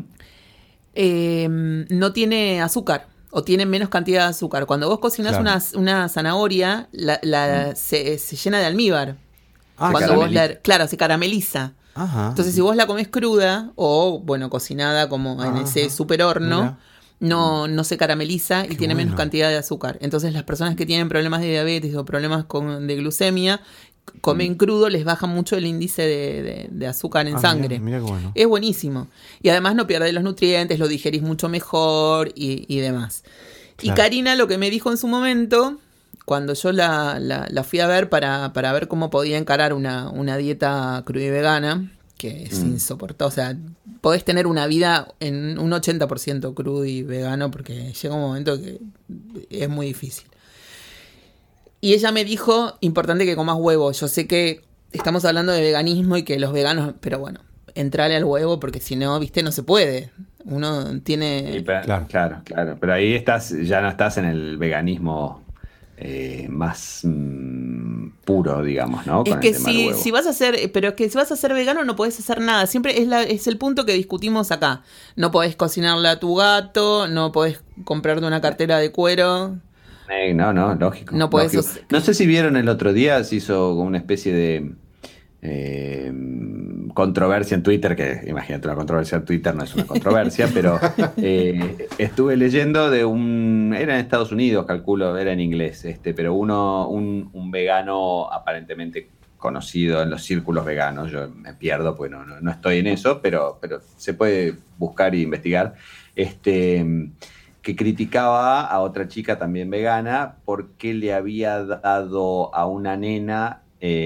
no tiene azúcar o tiene menos cantidad de azúcar. Cuando vos cocinás Claro. una zanahoria, se llena de almíbar. Ah, Cuando vos carameliza. claro, se carameliza. Ajá. Entonces, si vos la comés cruda o, bueno, cocinada como en Ajá. ese super horno, Mira. no se carameliza y Qué tiene menos bueno. cantidad de azúcar. Entonces, las personas que tienen problemas de diabetes o problemas de glucemia, comen crudo, les baja mucho el índice de azúcar en sangre. Mira qué bueno. Es buenísimo. Y además no pierde los nutrientes, lo digerís mucho mejor y demás. Y Claro. Karina lo que me dijo en su momento, cuando yo la fui a ver para ver cómo podía encarar una dieta cruda y vegana, que es insoportable. O sea, podés tener una vida en un 80% crudo y vegano porque llega un momento que es muy difícil. Y ella me dijo, importante que comas huevo. Yo sé que estamos hablando de veganismo y que los veganos, pero bueno, entrale al huevo porque si no, viste, no se puede. Uno tiene... Claro. Claro. Pero ahí ya no estás en el veganismo más puro, digamos, ¿no? Es Con que el tema del huevo. si vas a ser, pero es que si vas a ser vegano no podés hacer nada. Siempre es el punto que discutimos acá. No podés cocinarle a tu gato, no podés comprarte una cartera de cuero. No, lógico. No podés lógico. No sé si vieron el otro día, se hizo como una especie de controversia en Twitter, que imagínate, una controversia en Twitter no es una controversia, pero estuve leyendo era en Estados Unidos, calculo, era en inglés, pero un vegano aparentemente conocido en los círculos veganos, yo me pierdo, pues no estoy en eso, pero se puede buscar e investigar, que criticaba a otra chica también vegana porque le había dado a una nena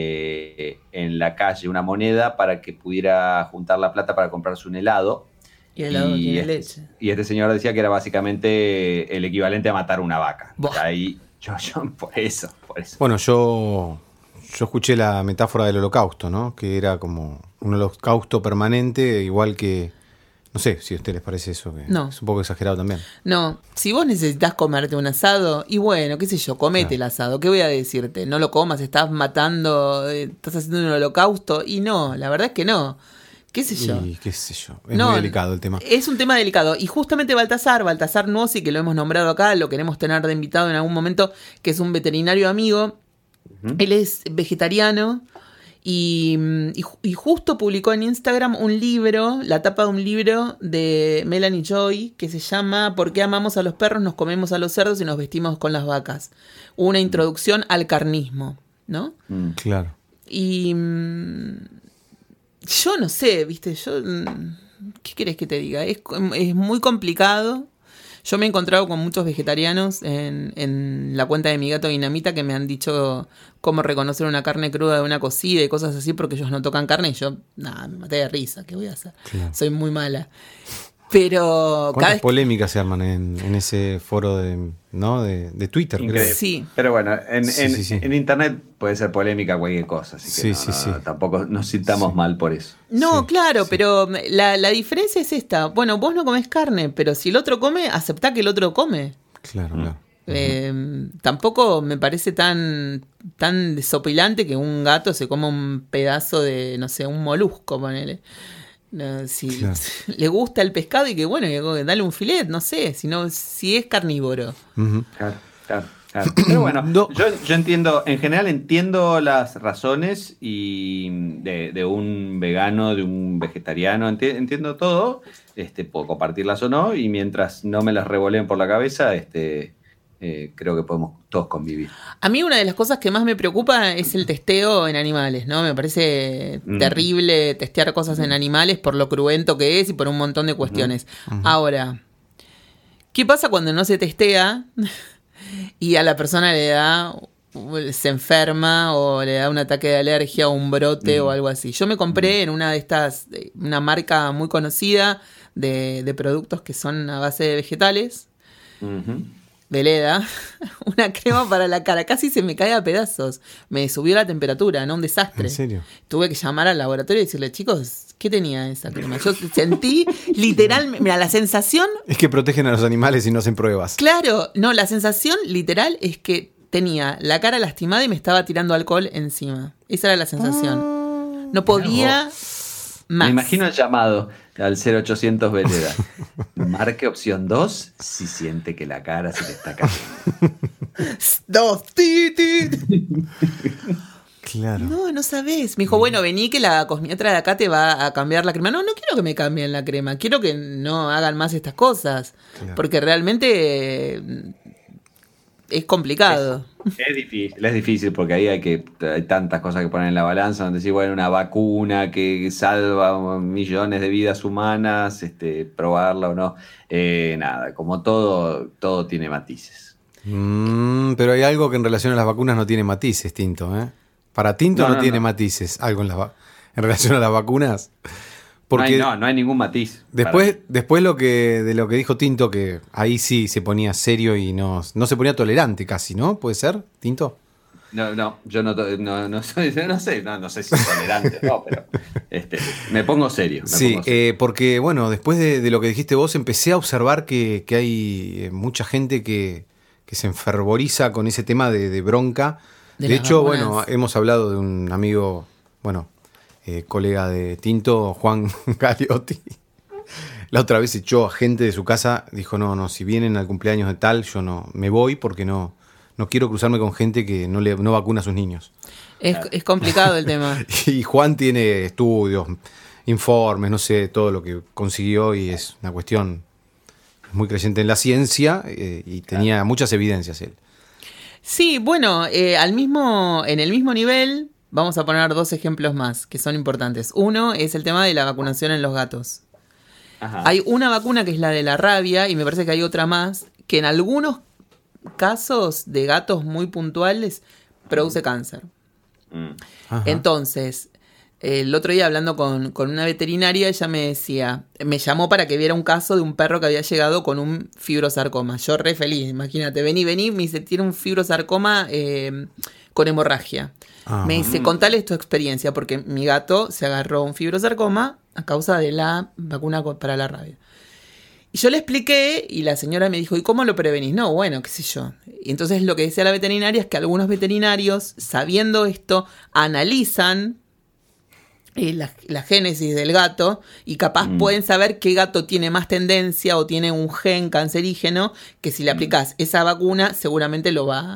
en la calle una moneda para que pudiera juntar la plata para comprarse un helado. Y el helado tiene leche. Y este señor decía que era básicamente el equivalente a matar una vaca. Buah. Y ahí yo por eso. Bueno, yo escuché la metáfora del holocausto, ¿no? Que era como un holocausto permanente, igual que... No sé si a ustedes les parece eso, que No. es un poco exagerado también. No, si vos necesitas comerte un asado, y bueno, qué sé yo, comete Claro. el asado. ¿Qué voy a decirte? No lo comas, estás matando, estás haciendo un holocausto. Y no, la verdad es que no. ¿Qué sé yo? Y qué sé yo, es No, muy delicado el tema. Es un tema delicado. Y justamente Baltasar Nuosi, que lo hemos nombrado acá, lo queremos tener de invitado en algún momento, que es un veterinario amigo. Él es vegetariano y justo publicó en Instagram un libro, la tapa de un libro de Melanie Joy, que se llama ¿Por qué amamos a los perros, nos comemos a los cerdos y nos vestimos con las vacas? Una introducción al carnismo, ¿no? Claro. Y yo no sé, viste, ¿qué querés que te diga? Es muy complicado. Yo me he encontrado con muchos vegetarianos en la cuenta de Mi Gato Dinamita que me han dicho cómo reconocer una carne cruda de una cocida y cosas así porque ellos no tocan carne y yo, nada, me maté de risa, ¿qué voy a hacer? Claro. Soy muy mala. Pero cada ¿Cuántas vez polémicas se arman en ese foro de Twitter? Increíble. Creo? Sí. Pero bueno, Sí. en internet puede ser polémica cualquier cosa, así que Sí. tampoco nos sintamos mal por eso. No, Sí, claro, sí. pero la diferencia es esta. Bueno, vos no comés carne, pero si el otro come, aceptá que el otro come. Claro. Tampoco me parece tan desopilante que un gato se coma un pedazo de, no sé, un molusco, ponele. Si Claro. le gusta el pescado y que bueno, que dale un filet, no sé, si es carnívoro. Ujú. Claro. Pero bueno, No. yo entiendo, en general entiendo las razones y de un vegano, de un vegetariano, entiendo todo, puedo compartirlas o no, y mientras no me las revoleen por la cabeza, creo que podemos todos convivir. A mí una de las cosas que más me preocupa es el testeo en animales, ¿no? Me parece terrible testear cosas en animales por lo cruento que es y por un montón de cuestiones. Ahora, ¿qué pasa cuando no se testea y a la persona se enferma o le da un ataque de alergia o un brote o algo así? Yo me compré en una de estas, una marca muy conocida de productos que son a base de vegetales. Ujú. Veleda, una crema para la cara, casi se me cae a pedazos. Me subió la temperatura, ¿no? Un desastre. ¿En serio? Tuve que llamar al laboratorio y decirle, chicos, ¿qué tenía esa crema? Yo sentí literalmente, mira, la sensación, Es que protegen a los animales y no hacen pruebas. claro, no, la sensación literal es que tenía la cara lastimada y me estaba tirando alcohol encima. Esa era la sensación. No podía más. Me imagino el llamado al 0800 Vereda. Marque opción 2 si siente que la cara se le está cayendo. 2. Claro. No sabés. Me dijo, bueno, vení que la cosmiatra de acá te va a cambiar la crema. No quiero que me cambien la crema. Quiero que no hagan más estas cosas. Claro. Porque realmente es complicado. Es difícil porque ahí hay tantas cosas que poner en la balanza, donde decir, bueno, una vacuna que salva millones de vidas humanas, probarla o no. Nada, como todo tiene matices. Pero hay algo que en relación a las vacunas no tiene matices, Tinto, ¿eh? Para Tinto no tiene matices, algo en relación a las vacunas. Porque no hay ningún matiz. Después de lo que dijo Tinto, que ahí sí se ponía serio y no se ponía tolerante casi, ¿no? ¿Puede ser, Tinto? No, yo no soy, no sé si soy tolerante, no, pero me pongo serio. Porque bueno, después de lo que dijiste vos, empecé a observar que hay mucha gente que se enfervoriza con ese tema de bronca. De hecho, vacunas. bueno, hemos hablado de un amigo, colega de Tinto, Juan Galiotti. La otra vez echó a gente de su casa, dijo, no, si vienen al cumpleaños de tal, yo no me voy porque no quiero cruzarme con gente que no vacuna a sus niños. Es complicado el tema. Y Juan tiene estudios, informes, no sé, todo lo que consiguió y es una cuestión muy creyente en la ciencia y tenía muchas evidencias él. Sí, bueno, en el mismo nivel vamos a poner 2 ejemplos más que son importantes. Uno es el tema de la vacunación en los gatos. Ajá. Hay una vacuna que es la de la rabia y me parece que hay otra más que en algunos casos de gatos muy puntuales produce cáncer. Ajá. Entonces, el otro día hablando con una veterinaria, ella me decía, me llamó para que viera un caso de un perro que había llegado con un fibrosarcoma. Yo re feliz, imagínate, vení, me dice, tiene un fibrosarcoma con hemorragia. Ajá. Me dice, contale tu experiencia, porque mi gato se agarró un fibrosarcoma a causa de la vacuna para la rabia. Y yo le expliqué y la señora me dijo, ¿y cómo lo prevenís? No, bueno, qué sé yo. Y entonces lo que decía la veterinaria es que algunos veterinarios, sabiendo esto, analizan la génesis del gato y capaz pueden saber qué gato tiene más tendencia o tiene un gen cancerígeno que si le aplicás esa vacuna seguramente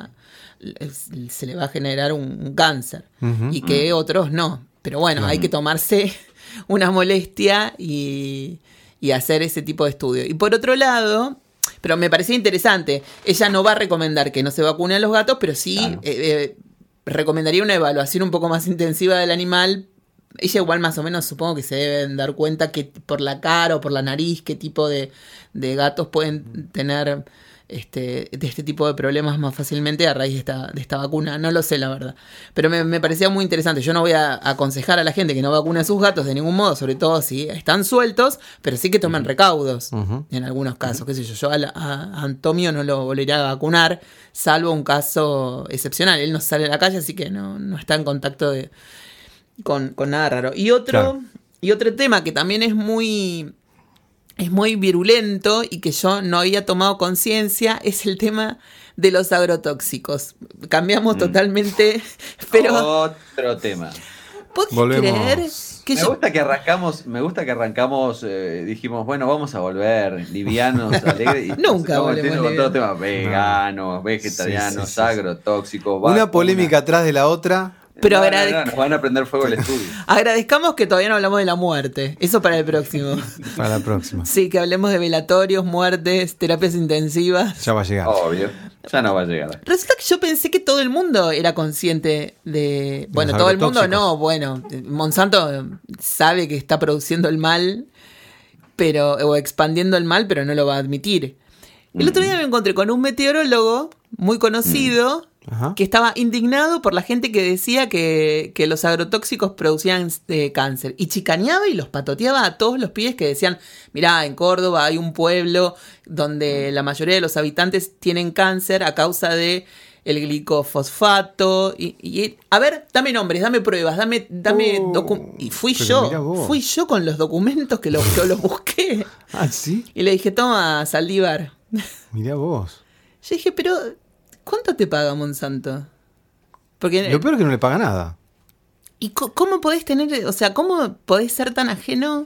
se le va a generar un cáncer y que otros no. Pero bueno, hay que tomarse una molestia y hacer ese tipo de estudio. Y por otro lado, pero me parecía interesante, ella no va a recomendar que no se vacunen a los gatos, pero sí recomendaría una evaluación un poco más intensiva del animal. Ella igual más o menos supongo que se deben dar cuenta que por la cara o por la nariz qué tipo de gatos pueden tener de este tipo de problemas más fácilmente a raíz de esta vacuna. No lo sé, la verdad. Pero me parecía muy interesante. Yo no voy a aconsejar a la gente que no vacune a sus gatos de ningún modo, sobre todo si están sueltos, pero sí que tomen recaudos en algunos casos. Qué sé yo, a Antonio no lo volvería a vacunar, salvo un caso excepcional. Él no sale a la calle, así que no está en contacto con nada raro. Y otro tema que también es muy virulento y que yo no había tomado conciencia es el tema de los agrotóxicos. Cambiamos totalmente, pero otro tema. ¿Podés Volvemos. creer que Me gusta que arrancamos, dijimos, bueno, vamos a volver livianos, alegres. Y Nunca estamos volvemos metiendo con todo livianos. tema veganos, vegetarianos, Sí. agrotóxicos. Una vacunas. polémica atrás de la otra. Pero nos van a prender fuego el estudio. agradezcamos que todavía no hablamos de la muerte. Eso para el próximo. Para la próxima. Sí, que hablemos de velatorios, muertes, terapias intensivas. Ya va a llegar. Obvio, ya no va a llegar. Resulta que yo pensé que todo el mundo era consciente de... Bueno, Los todo el mundo agrotóxicos. no. Bueno, Monsanto sabe que está produciendo el mal, o expandiendo el mal, pero no lo va a admitir. El otro día me encontré con un meteorólogo muy conocido Ajá. que estaba indignado por la gente que decía que los agrotóxicos producían cáncer. Y chicaneaba y los patoteaba a todos los pibes que decían, mirá, en Córdoba hay un pueblo donde la mayoría de los habitantes tienen cáncer a causa de el glicofosfato. Y a ver, dame nombres, dame pruebas, dame y fui pero mirá vos. yo con los documentos que los busqué. Ah, sí. Y le dije, toma, Saldívar. Mirá vos. Yo dije, pero ¿Cuánto te paga Monsanto? Porque Lo peor es que no le paga nada. ¿y cómo podés tener, o sea, cómo podés ser tan ajeno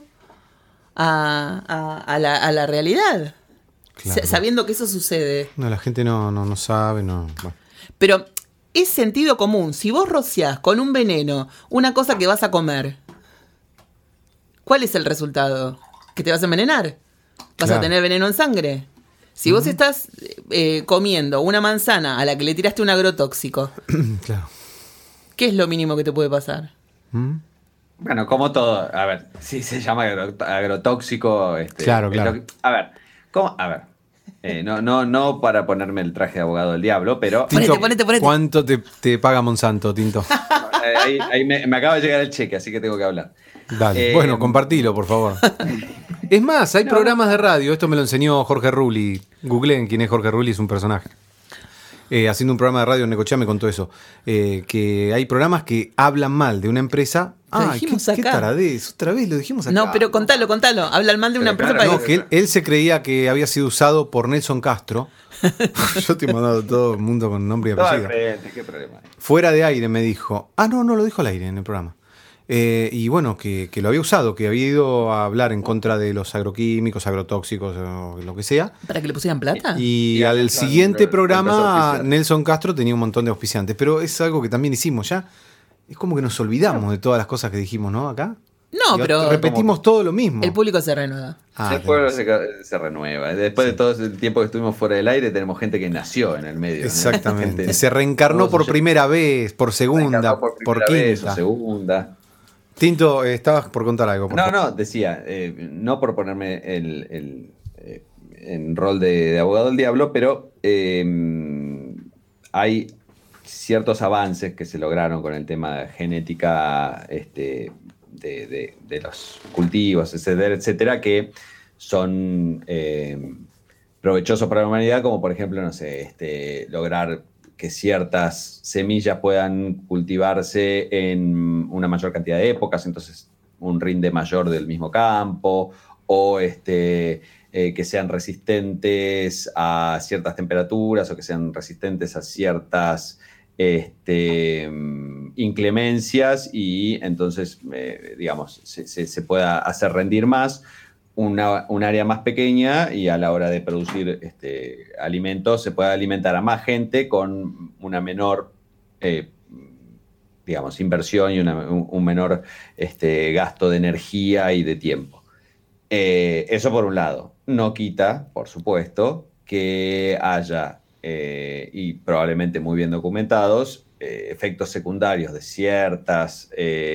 a la realidad? Claro. Sabiendo que eso sucede. No, la gente no sabe, no. Bueno. Pero es sentido común. Si vos rociás con un veneno una cosa que vas a comer, ¿cuál es el resultado? Que te vas a envenenar. Vas Claro. a tener veneno en sangre. Si vos estás comiendo una manzana a la que le tiraste un agrotóxico, Claro. ¿qué es lo mínimo que te puede pasar? Bueno, como todo, a ver, sí se llama agrotóxico. Claro, es claro. lo que- a ver, ¿cómo? A ver, no para ponerme el traje de abogado del diablo, pero Tinto, Ponete. ¿cuánto te paga Monsanto, Tinto? ahí me acaba de llegar el cheque, así que tengo que hablar. Dale. Bueno, compartilo, por favor. Es más, hay programas de radio, esto me lo enseñó Jorge Rulli. Googleen quién es Jorge Rulli, es un personaje. Haciendo un programa de radio en Necochea me contó eso. Que hay programas que hablan mal de una empresa. Lo Ay, dijimos qué acá. taradez, otra vez lo dijimos acá. No, pero contalo. Habla mal de una Pero empresa claro, para No, que él se creía que había sido usado por Nelson Castro. Yo te he mandado todo el mundo con nombre y Todo al apellido. frente, qué problema hay. Fuera de aire me dijo. No lo dijo al aire en el programa. Y bueno, que lo había usado, que había ido a hablar en contra de los agroquímicos, agrotóxicos o lo que sea. ¿Para que le pusieran plata? Y Y al Nelson, siguiente empezó a programa, auspiciar. Nelson Castro tenía un montón de auspiciantes. Pero es algo que también hicimos ya. Es como que nos olvidamos de todas las cosas que dijimos, ¿no? Acá. No, Y pero repetimos todo lo mismo. el público se renueva. El pueblo tenés- se renueva. Después de todo el tiempo que estuvimos fuera del aire, tenemos gente que nació en el medio. ¿no? Exactamente. Gente- Se reencarnó todos por ellos- primera vez, por segunda, reencarnó por primera vez o quinta. segunda. Tinto, estabas por contar algo. Por favor. Decía, no por ponerme en rol de abogado del diablo, pero hay ciertos avances que se lograron con el tema de genética de los cultivos, etcétera, etcétera, que son provechosos para la humanidad, como por ejemplo, no sé, lograr que ciertas semillas puedan cultivarse en una mayor cantidad de épocas, entonces un rinde mayor del mismo campo, o que sean resistentes a ciertas temperaturas o que sean resistentes a ciertas inclemencias y entonces, digamos, se pueda hacer rendir más un área más pequeña y a la hora de producir alimentos se puede alimentar a más gente con una menor, digamos, inversión y un menor gasto de energía y de tiempo. Eso por un lado. No quita, por supuesto, que haya, y probablemente muy bien documentados, efectos secundarios de ciertas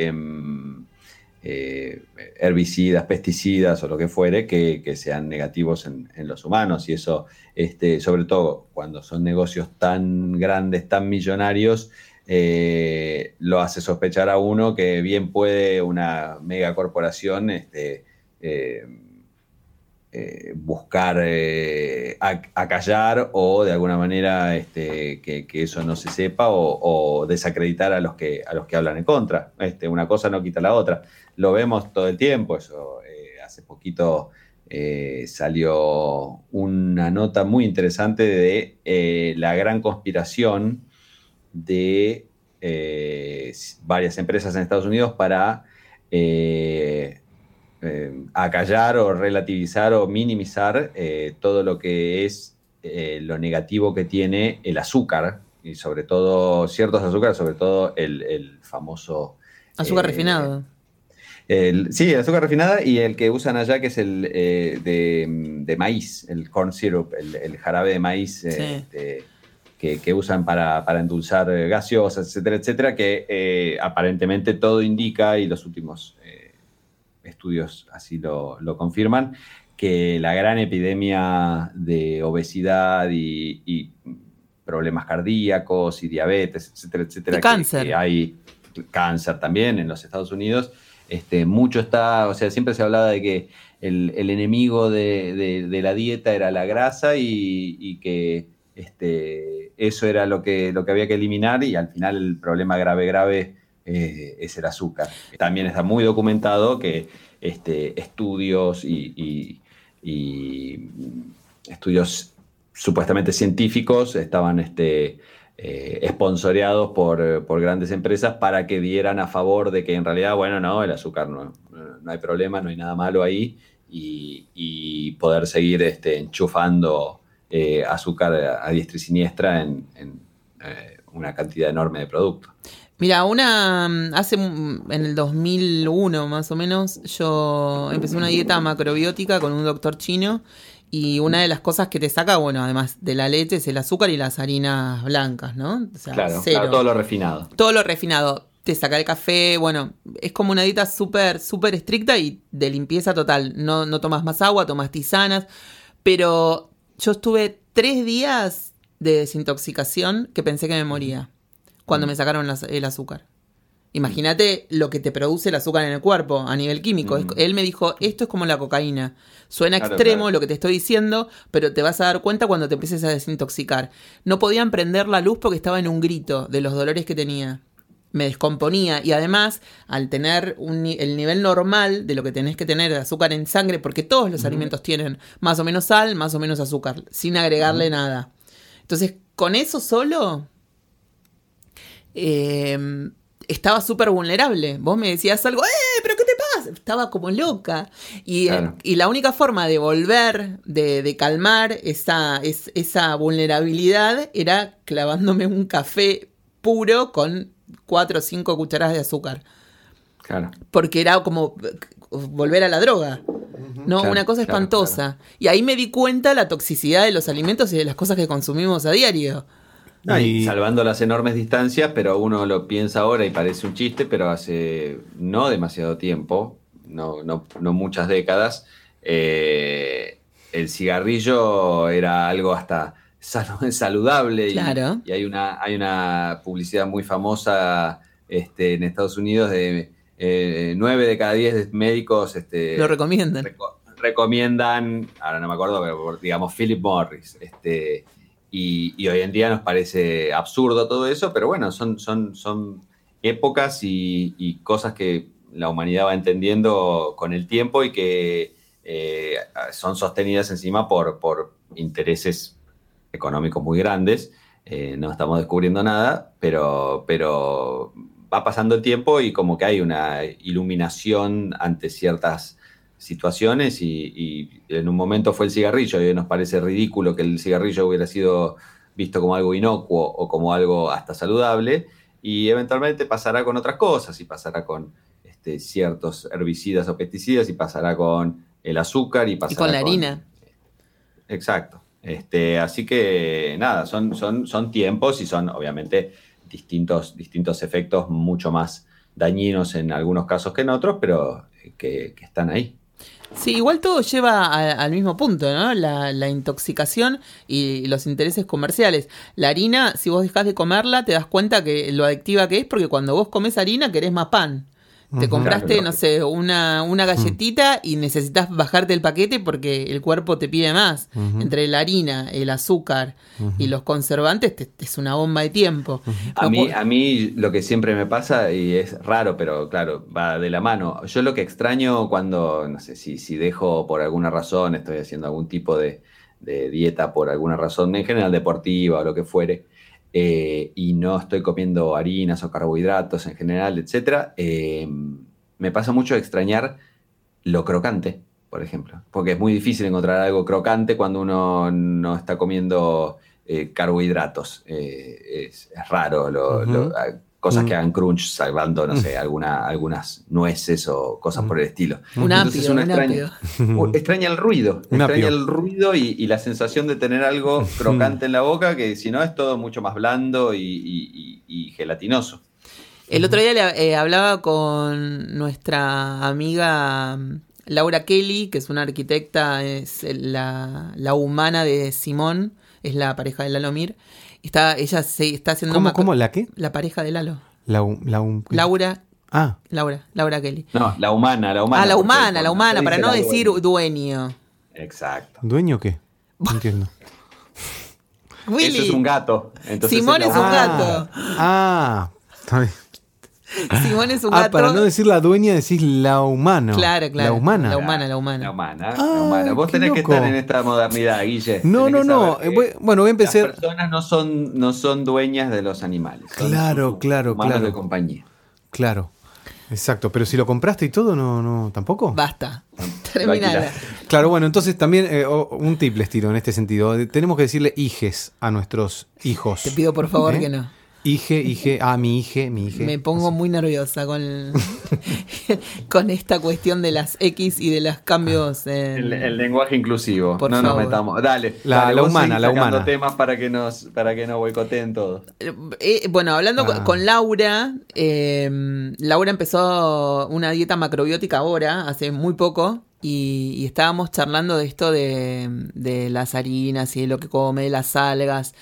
herbicidas, pesticidas o lo que fuere, que sean negativos en los humanos. Y eso, sobre todo cuando son negocios tan grandes, tan millonarios, lo hace sospechar a uno que bien puede una megacorporación buscar acallar o de alguna manera que eso no se sepa o desacreditar a los que hablan en contra. Una cosa no quita la otra. Lo vemos todo el tiempo. Eso hace poquito salió una nota muy interesante de la gran conspiración de varias empresas en Estados Unidos para acallar o relativizar o minimizar todo lo que es lo negativo que tiene el azúcar y sobre todo ciertos azúcares, sobre todo el famoso Azúcar refinado. Sí, el azúcar refinada y el que usan allá que es el de maíz, el corn syrup, el jarabe de maíz que usan para endulzar gaseosas, etcétera, etcétera, que aparentemente todo indica y los últimos estudios así lo confirman, que la gran epidemia de obesidad y problemas cardíacos y diabetes, etcétera, etcétera, Y cáncer. que hay cáncer también en los Estados Unidos, mucho está, o sea, siempre se hablaba de que el enemigo de la dieta era la grasa y que eso era lo que había que eliminar y al final el problema grave es el azúcar. También está muy documentado que estudios y estudios supuestamente científicos estaban esponsoreados por grandes empresas para que dieran a favor de que en realidad, bueno, no, el azúcar no hay problema, no hay nada malo ahí, y poder seguir enchufando azúcar a diestra y siniestra en una cantidad enorme de productos. Mira, en el 2001 más o menos, yo empecé una dieta macrobiótica con un doctor chino, y una de las cosas que te saca, bueno, además de la leche, es el azúcar y las harinas blancas, ¿no? O sea, claro, cero. todo lo refinado. Todo lo refinado. Te saca el café, bueno, es como una dieta súper, súper estricta y de limpieza total. No tomas más agua, tomas tisanas. Pero yo estuve 3 días de desintoxicación que pensé que me moría cuando me sacaron el azúcar. Imagínate lo que te produce el azúcar en el cuerpo a nivel químico. Él me dijo, esto es como la cocaína. Suena extremo lo que te estoy diciendo, pero te vas a dar cuenta cuando te empieces a desintoxicar. No podían prender la luz porque estaba en un grito de los dolores que tenía. Me descomponía, y además, al tener el nivel normal de lo que tenés que tener de azúcar en sangre, porque todos los alimentos tienen más o menos sal, más o menos azúcar, sin agregarle nada. Entonces, con eso solo... estaba súper vulnerable. Vos me decías algo, ¿pero qué te pasa? Estaba como loca. Y la única forma de volver, de calmar esa vulnerabilidad, era clavándome un café puro con 4 o 5 cucharadas de azúcar. Claro. Porque era como volver a la droga. ¿No? Claro, una cosa espantosa. Claro. Y ahí me di cuenta la toxicidad de los alimentos y de las cosas que consumimos a diario. Y salvando las enormes distancias, pero uno lo piensa ahora y parece un chiste, pero hace no demasiado tiempo, no muchas décadas, el cigarrillo era algo hasta saludable. Claro. Y hay una publicidad muy famosa en Estados Unidos de 9 de cada 10 médicos lo recomiendan. Recomiendan, ahora no me acuerdo, pero digamos Philip Morris. Y hoy en día nos parece absurdo todo eso, pero bueno, son épocas y cosas que la humanidad va entendiendo con el tiempo, y que son sostenidas encima por intereses económicos muy grandes. No estamos descubriendo nada, pero va pasando el tiempo y como que hay una iluminación ante ciertas situaciones, y en un momento fue el cigarrillo, y hoy nos parece ridículo que el cigarrillo hubiera sido visto como algo inocuo o como algo hasta saludable, y eventualmente pasará con otras cosas, y pasará con ciertos herbicidas o pesticidas, y pasará con el azúcar, y pasará con la harina. Exacto. Así que nada, son tiempos, y son obviamente distintos efectos mucho más dañinos en algunos casos que en otros, pero que están ahí. Sí, igual todo lleva al mismo punto, ¿no? La intoxicación y los intereses comerciales. La harina, si vos dejás de comerla, te das cuenta que lo adictiva que es, porque cuando vos comés harina querés más pan. Te compraste, claro, no sé, una galletita y necesitas bajarte el paquete porque el cuerpo te pide más. Entre la harina, el azúcar y los conservantes es una bomba de tiempo. A mí lo que siempre me pasa, y es raro, pero claro, va de la mano. Yo lo que extraño cuando, no sé, si dejo por alguna razón, estoy haciendo algún tipo de dieta por alguna razón, en general deportiva o lo que fuere, y no estoy comiendo harinas o carbohidratos en general, etcétera, me pasa mucho extrañar lo crocante, por ejemplo, porque es muy difícil encontrar algo crocante cuando uno no está comiendo carbohidratos. Es raro cosas que hagan crunch, salvando, no sé, algunas nueces o cosas por el estilo. Entonces uno extraña el ruido. Extraña el ruido y la sensación de tener algo crocante en la boca, que si no es todo mucho más blando y gelatinoso. El otro día hablaba con nuestra amiga Laura Kelly, que es una arquitecta, es la humana de Simón, es la pareja de Lalo Mir. Ella se está haciendo... ¿Cómo? ¿La qué? La pareja de Lalo. Laura. Laura Kelly. No, la humana. La humana, para no decir dueño. Exacto. ¿Dueño qué? No entiendo. Willy. Eso es un gato. Entonces Simón es un gato. Está bien. Simón es un gato. Para no decir la dueña, decís la humana. Claro. La humana. La humana. La humana. Ah, Vos qué tenés loco. que estar en esta modernidad, Guille. No. Tenés que saber que Bueno, voy a empezar. Las personas no son dueñas de los animales. Son Claro, sus claro, humanos claro. de compañía. Claro. Exacto. Pero si lo compraste y todo, no, tampoco. Basta. Terminala. alquilaste. Claro, bueno, entonces también un tip les tiro en este sentido. Tenemos que decirle hijes a nuestros hijos. Te pido por favor ¿Eh? que no. Hije. Mi hije. Me pongo muy nerviosa con esta cuestión de las X y de los cambios. El lenguaje inclusivo. Por no favor. nos metamos. Dale. La vos humana, seguí la sacando humana. temas para que nos boicoteen todo. Bueno, hablando Ah. con Laura, Laura empezó una dieta macrobiótica ahora, hace muy poco, y estábamos charlando de esto de las harinas y de lo que come, de las algas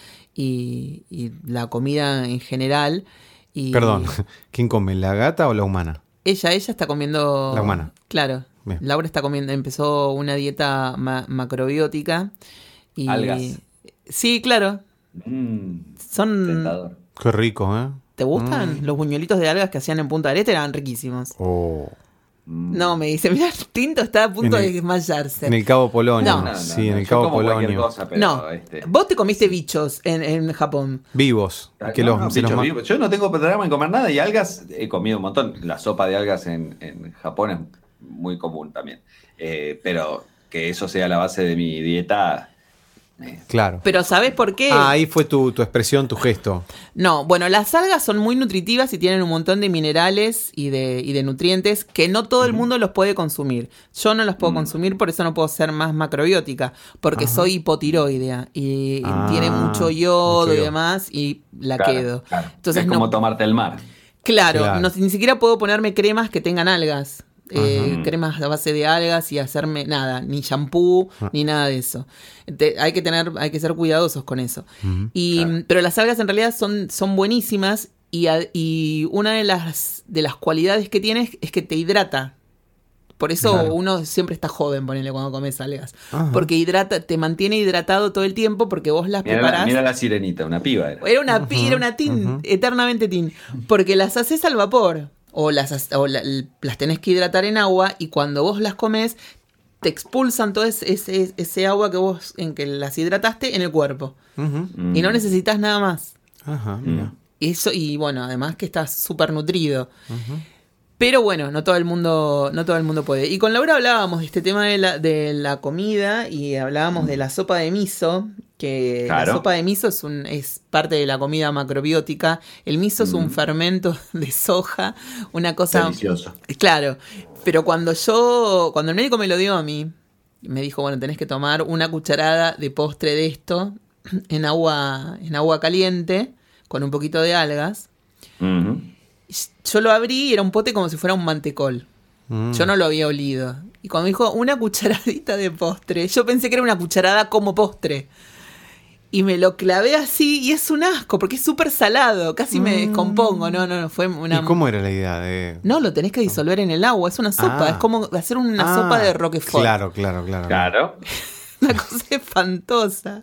y la comida en general. Y Perdón, ¿quién come? ¿La gata o la humana? Ella está comiendo... La humana. Claro. Bien. Laura está comiendo, empezó una dieta macrobiótica. Y, Algas. Sí, claro. Son... Tentador. Qué rico, ¿eh? ¿Te gustan? Los buñuelitos de algas que hacían en Punta del Este eran riquísimos. Oh. No, me dice, mira, Tinto está a punto En el- de desmayarse. En el Cabo Polonio. No. Sí, en el Yo Cabo como cualquier Polonio. cosa, pero, No, vos te comiste bichos en Japón. Vivos. Que No, los, se los bichos ma- vivos. Yo no tengo problema en comer nada y algas he comido un montón. La sopa de algas en Japón es muy común también. Pero que eso sea la base de mi dieta. Claro. Pero ¿sabés por qué? Ahí fue tu expresión, tu gesto. No, bueno, las algas son muy nutritivas y tienen un montón de minerales y de nutrientes que no todo el mundo los puede consumir. Yo no los puedo consumir, por eso no puedo ser más macrobiótica, porque soy hipotiroidea y tiene mucho yodo mucho y yodo. demás y la Claro, quedo. claro. Entonces es no, como tomarte el mar. claro, Claro. ni siquiera puedo ponerme cremas que tengan algas. Cremas a base de algas y hacerme nada, ni shampoo, ni nada de eso. Hay que ser cuidadosos con eso. Pero las algas en realidad son buenísimas y una de las cualidades que tiene es que te hidrata. Por eso Claro. uno siempre está joven, ponele, cuando comes algas. Ajá. Porque te mantiene hidratado todo el tiempo porque vos las preparás. Mira la sirenita, una piba era. Era una tin, eternamente tin. Porque las haces al vapor. O las tenés que hidratar en agua. Y cuando vos las comes, te expulsan todo ese agua que vos en que las hidrataste en el cuerpo. Ujú. Y no necesitas nada más. Ajá, mira. Y bueno, además que estás súper nutrido. Pero bueno, no todo el mundo puede. Y con Laura hablábamos de este tema de la comida y hablábamos de la sopa de miso, que Claro. la sopa de miso es parte de la comida macrobiótica. El miso es un fermento de soja, una cosa... Delicioso. Claro, pero cuando el médico me lo dio a mí, me dijo, bueno, tenés que tomar una cucharada de postre de esto en agua caliente, con un poquito de algas. Ujú. Yo lo abrí y era un pote como si fuera un mantecol. Mm. Yo no lo había olido. Y cuando me dijo una cucharadita de postre, yo pensé que era una cucharada como postre. Y me lo clavé así y es un asco, porque es súper salado. Casi me descompongo. No, fue una... ¿Y cómo era la idea de...? No, lo tenés que disolver en el agua. Es una sopa. Ah. Es como hacer una sopa de Roquefort. Claro. Claro. Una cosa espantosa.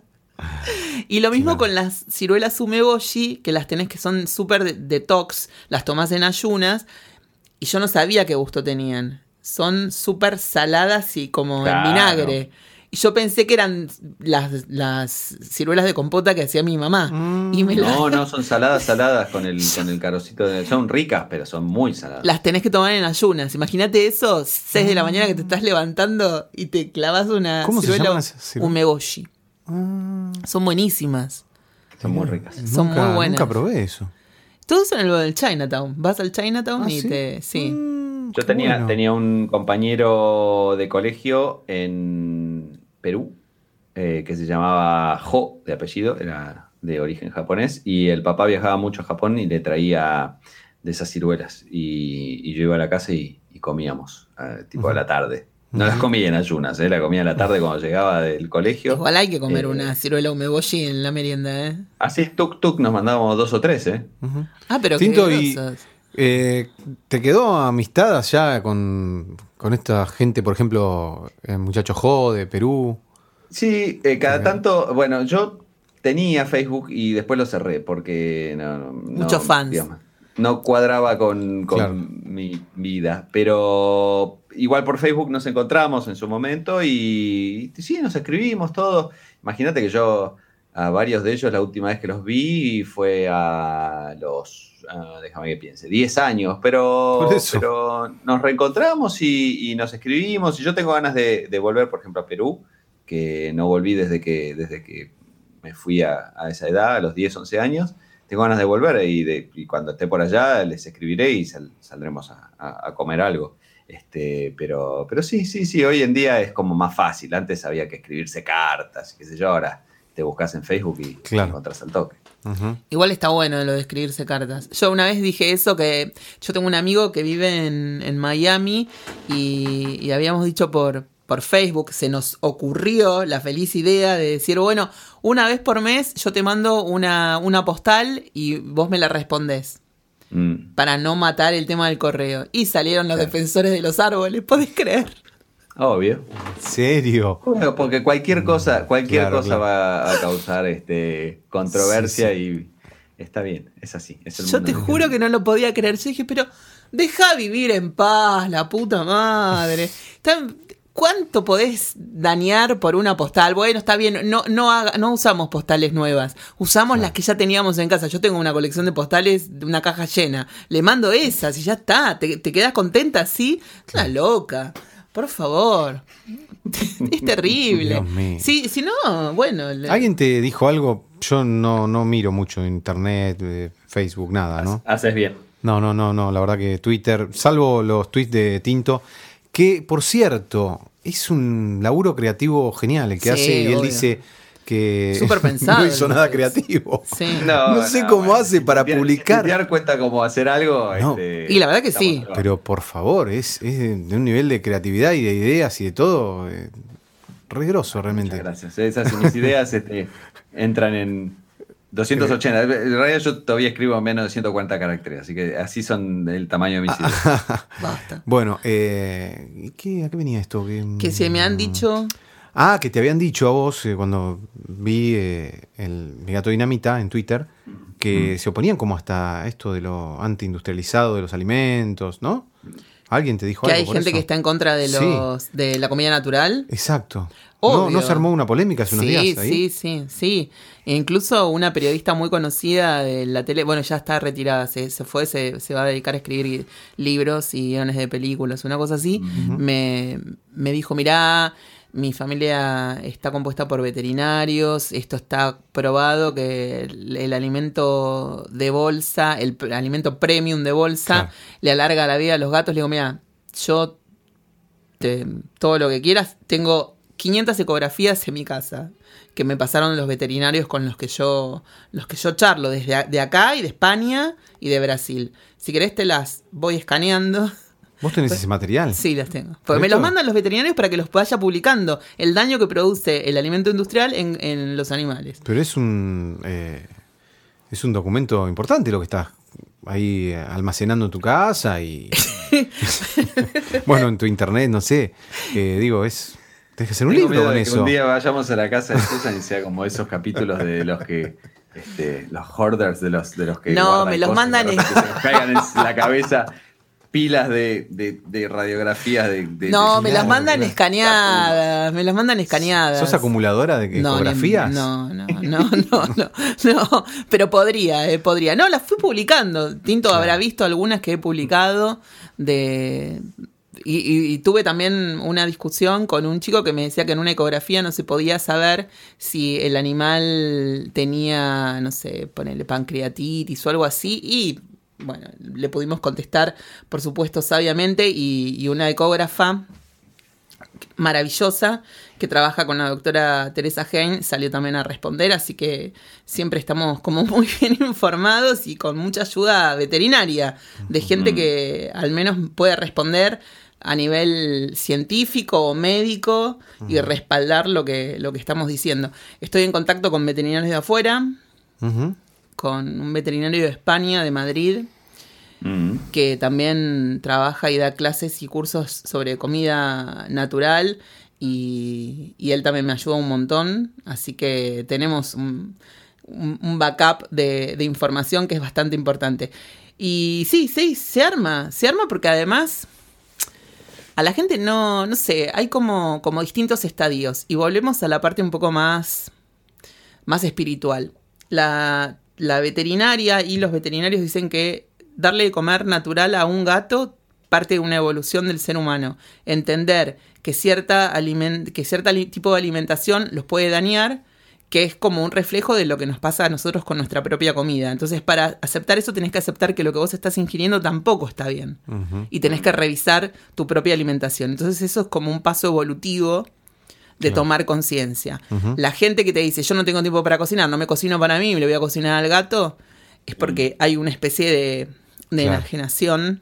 Y lo mismo con las ciruelas umeboshi, que las tenés que son súper detox, las tomás en ayunas, y yo no sabía qué gusto tenían. Son súper saladas y como en Claro. vinagre. Y yo pensé que eran las ciruelas de compota que hacía mi mamá. Y me No, son saladas con el carocito. Son ricas, pero son muy saladas. las tenés que tomar en ayunas. Imagínate eso, 6 de la mañana que te estás levantando y te clavas una ¿Cómo se ciruela llaman esas ciruelas? umeboshi. Son buenísimas. Son muy ricas. Son muy buenas. Nunca probé eso. Todo eso en el Chinatown. Vas al Chinatown Ah, y ¿sí? te... Sí. Yo Qué bueno. tenía un compañero de colegio en Perú que se llamaba Ho de apellido, era de origen japonés, y el papá viajaba mucho a Japón y le traía de esas ciruelas. Y yo iba a la casa y comíamos, tipo a la tarde. No las comía en ayunas, la comía a la tarde cuando llegaba del colegio. Igual hay que comer Eh, una ciruela umeboshi en la merienda, ¿eh? Así, tuk nos mandábamos 2 o 3, Ujú. Ah, pero Tinto, qué y grosos. ¿te quedó amistad allá con esta gente, por ejemplo, el muchacho Jo de Perú? Sí, cada tanto, bueno, yo tenía Facebook y después lo cerré porque no, Muchos fans. digamos, no cuadraba con Claro. mi vida. Pero igual por Facebook nos encontramos en su momento y sí, nos escribimos todo. Imagínate que yo a varios de ellos la última vez que los vi fue a los, déjame que piense, 10 años, Por eso. pero nos reencontramos y nos escribimos y yo tengo ganas de volver, por ejemplo, a Perú, que no volví desde que me fui a esa edad, a los 10, 11 años. Tengo ganas de volver y cuando esté por allá les escribiré y saldremos a comer algo. Pero sí, hoy en día es como más fácil. Antes había que escribirse cartas, qué sé yo, ahora te buscas en Facebook y te Claro. encontrás al toque. Ujú. Igual está bueno lo de escribirse cartas. Yo una vez dije eso, que yo tengo un amigo que vive en Miami y habíamos dicho por Facebook, se nos ocurrió la feliz idea de decir, bueno, una vez por mes yo te mando una postal y vos me la respondés. Para no matar el tema del correo. Y salieron los defensores de los árboles, ¿podés creer? Obvio. ¿En serio? Bueno, porque cualquier cosa Claro. va a causar controversia Sí. y está bien, es así. Es el Yo mundo. te juro que no lo podía creer. Yo dije, pero deja vivir en paz, la puta madre. ¿Cuánto podés dañar por una postal? Bueno, está bien, no usamos postales nuevas, usamos las que ya teníamos en casa. Yo tengo una colección de postales de una caja llena. Le mando esas y ya está. ¿Te quedás contenta así? Una loca. Por favor. Es terrible. Dios mío. Sí, si no, bueno. ¿Alguien te dijo algo? Yo no miro mucho internet, Facebook, nada, ¿no? Haces bien. No, la verdad que Twitter, salvo los tweets de Tinto, que por cierto, es un laburo creativo genial el que Sí, hace, y él obvio. dice que Súper pensado, no hizo el nada muchacho. creativo. Sí. No sé cómo hace para publicar. Si te das cuenta cómo hacer algo. No. Y la verdad que estamos sí. trabajando. Pero por favor, es de un nivel de creatividad y de ideas y de todo, re grosso realmente. Muchas gracias. Esas mis ideas entran en 280. En realidad yo todavía escribo menos de 140 caracteres, así que así son el tamaño de mis ideas. Basta. Bueno, ¿a qué venía esto? Que se me han dicho. Ah, que te habían dicho a vos cuando vi Mi Gato Dinamita en Twitter, que se oponían como hasta esto de lo antiindustrializado de los alimentos, ¿no? ¿Alguien te dijo Que algo hay por gente eso? que está en contra de Sí. de la comida natural. Exacto. Obvio. ¿No se armó una polémica hace unos días ahí? Sí. E incluso una periodista muy conocida de la tele, bueno, ya está retirada, se fue, se va a dedicar a escribir libros y guiones de películas, una cosa así. Me dijo, mirá, mi familia está compuesta por veterinarios, esto está probado que el alimento de bolsa, el alimento premium de bolsa, Claro. le alarga la vida a los gatos. Le digo, mira, yo todo lo que quieras, tengo 500 ecografías en mi casa que me pasaron los veterinarios con los que yo charlo de acá y de España y de Brasil. Si querés te las voy escaneando. ¿Vos tenés ese material? Sí, las tengo. ¿Por Porque me esto? los mandan los veterinarios para que los vaya publicando. El daño que produce el alimento industrial en los animales. Pero es un documento importante lo que estás ahí almacenando en tu casa y bueno, en tu internet, no sé. Digo, tenés que hacer un Tengo libro miedo con de que eso. un día vayamos a la casa de Susan y sea como esos capítulos de los que los hoarders de los que No, guardan me los cosas, mandan de repente se nos caigan en la cabeza pilas de radiografías No, me las Claro, mandan claro. escaneadas. Me las mandan escaneadas. ¿Sos acumuladora de No, ecografías? No. Pero podría. No, las fui publicando. Tinto habrá visto algunas que he publicado y tuve también una discusión con un chico que me decía que en una ecografía no se podía saber si el animal tenía, no sé, ponerle pancreatitis o algo así. Y bueno, le pudimos contestar, por supuesto, sabiamente. Y una ecógrafa maravillosa que trabaja con la doctora Teresa Hein salió también a responder, así que siempre estamos como muy bien informados y con mucha ayuda veterinaria de gente que al menos puede responder a nivel científico o médico y respaldar lo que estamos diciendo. Estoy en contacto con veterinarios de afuera, Ujú. con un veterinario de España, de Madrid, que también trabaja y da clases y cursos sobre comida natural y él también me ayuda un montón, así que tenemos un backup de información que es bastante importante. Y sí, se arma porque además a la gente no sé, hay como distintos estadios y volvemos a la parte un poco más espiritual. La veterinaria y los veterinarios dicen que darle de comer natural a un gato parte de una evolución del ser humano. Entender que cierta tipo de alimentación los puede dañar, que es como un reflejo de lo que nos pasa a nosotros con nuestra propia comida. Entonces, para aceptar eso, tenés que aceptar que lo que vos estás ingiriendo tampoco está bien. Y tenés que revisar tu propia alimentación. Entonces, eso es como un paso evolutivo de tomar conciencia. La gente que te dice, yo no tengo tiempo para cocinar, no me cocino para mí, me le voy a cocinar al gato, es porque hay una especie de enajenación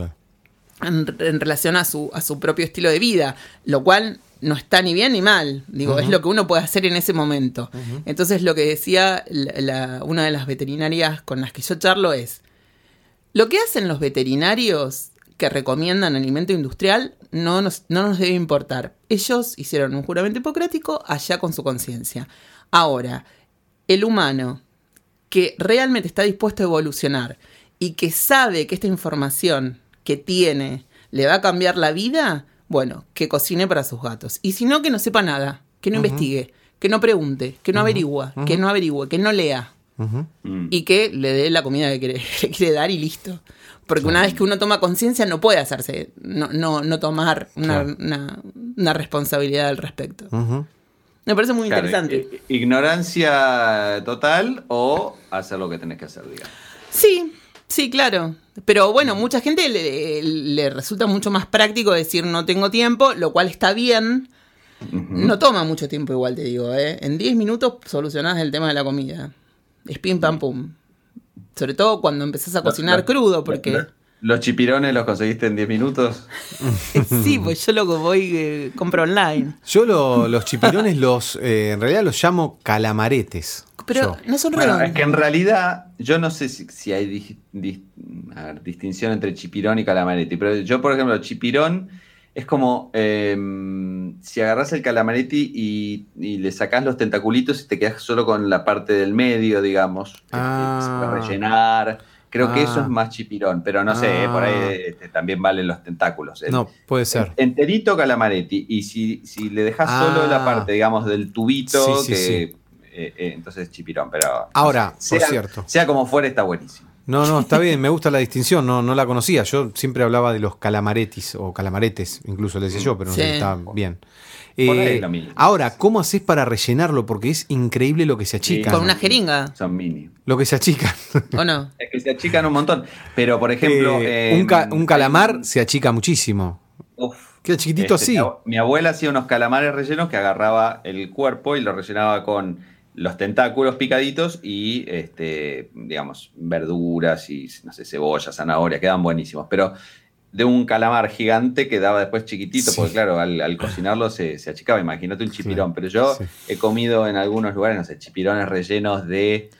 en relación a su propio estilo de vida, lo cual no está ni bien ni mal, es lo que uno puede hacer en ese momento. Entonces lo que decía una de las veterinarias con las que yo charlo es, lo que hacen los veterinarios que recomiendan alimento industrial no nos debe importar. Ellos hicieron un juramento hipocrático allá con su conciencia. Ahora, el humano que realmente está dispuesto a evolucionar y que sabe que esta información que tiene le va a cambiar la vida, bueno, que cocine para sus gatos. Y si no, que no sepa nada, que no investigue, que no pregunte, que no averigüe, que no lea. Y que le dé la comida que quiere dar y listo. Porque una vez que uno toma conciencia no puede hacerse, no tomar una responsabilidad al respecto. Me parece muy interesante. Ignorancia total o hacer lo que tenés que hacer, digamos. Sí, claro. Pero bueno, mucha gente le resulta mucho más práctico decir no tengo tiempo, lo cual está bien. No toma mucho tiempo igual, te digo. En 10 minutos solucionás el tema de la comida. Es pim pam pum. Sobre todo cuando empezás a cocinar crudo, porque... ¿Los chipirones los conseguiste en 10 minutos? Sí, pues yo lo voy, compro online. Yo los chipirones en realidad los llamo calamaretes. Pero no son redondos. Es que en realidad yo no sé si hay distinción entre chipirón y calamarete. Pero yo, por ejemplo, chipirón es como si agarrás el calamarete y le sacás los tentaculitos y te quedás solo con la parte del medio, digamos. Que se puede rellenar. Creo que eso es más chipirón, pero no sé, por ahí también valen los tentáculos. No, puede ser. Enterito calamarete, y si le dejas solo la parte, digamos, del tubito, entonces es chipirón, pero... Ahora, por cierto. Sea como fuera, está buenísimo. No, está bien, me gusta la distinción, no la conocía. Yo siempre hablaba de los calamaretis, o calamaretes, incluso le decía yo, pero no sé si está bien. Ahora, ¿cómo haces para rellenarlo? Porque es increíble lo que se achica. Con una jeringa. Son mini. Lo que se achica. ¿O no? Es que se achican un montón. Pero, por ejemplo... un calamar se achica muchísimo. Queda chiquitito así. Mi abuela hacía unos calamares rellenos que agarraba el cuerpo y lo rellenaba con los tentáculos picaditos y, digamos, verduras y, no sé, cebolla, zanahoria. Quedan buenísimos. Pero... de un calamar gigante quedaba después chiquitito, porque claro, al cocinarlo se achicaba, imagínate un chipirón, pero yo he comido en algunos lugares, no sé, chipirones rellenos de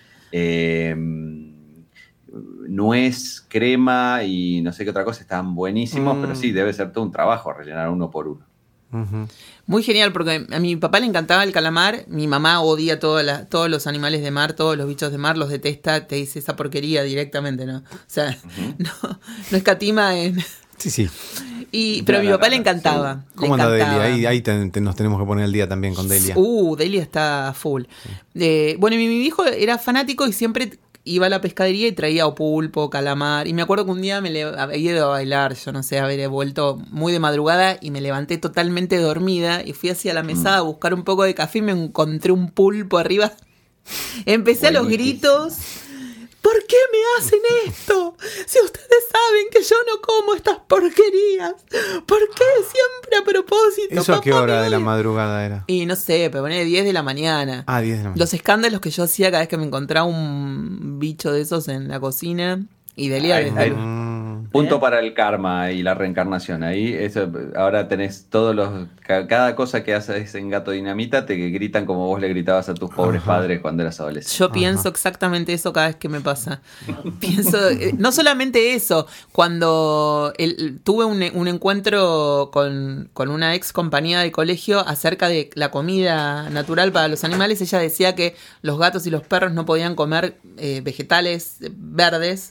nuez, crema y no sé qué otra cosa, estaban buenísimos, pero sí, debe ser todo un trabajo rellenar uno por uno. Muy genial, porque a mi papá le encantaba el calamar, mi mamá odia todos los animales de mar, todos los bichos de mar, los detesta, te dice esa porquería directamente, ¿no? O sea, no escatima en... Sí. Pero a mi papá le encantaba. ¿Cómo anda Delia? Ahí nos tenemos que poner al día también con Delia. Delia está full. Bueno, mi viejo era fanático y siempre iba a la pescadería y traía pulpo, calamar. Y me acuerdo que un día me había ido a bailar, yo no sé, haber vuelto muy de madrugada y me levanté totalmente dormida y fui hacia la mesada a buscar un poco de café y me encontré un pulpo arriba. Empecé a los gritos. ¿Por qué me hacen esto? Si ustedes saben que yo no como estas porquerías. ¿Por qué siempre a propósito? ¿Eso a qué hora de la madrugada era? Y no sé, pero ponía 10 de la mañana. 10 de la mañana. Los escándalos que yo hacía cada vez que me encontraba un bicho de esos en la cocina. Y Delia... Punto para el karma y la reencarnación. Ahí, ahora tenés cada cosa que haces en Gato Dinamita te gritan como vos le gritabas a tus pobres padres cuando eras adolescente. Yo pienso exactamente eso cada vez que me pasa. Pienso, no solamente eso, cuando tuve un encuentro con una ex compañía de colegio acerca de la comida natural para los animales, ella decía que los gatos y los perros no podían comer vegetales verdes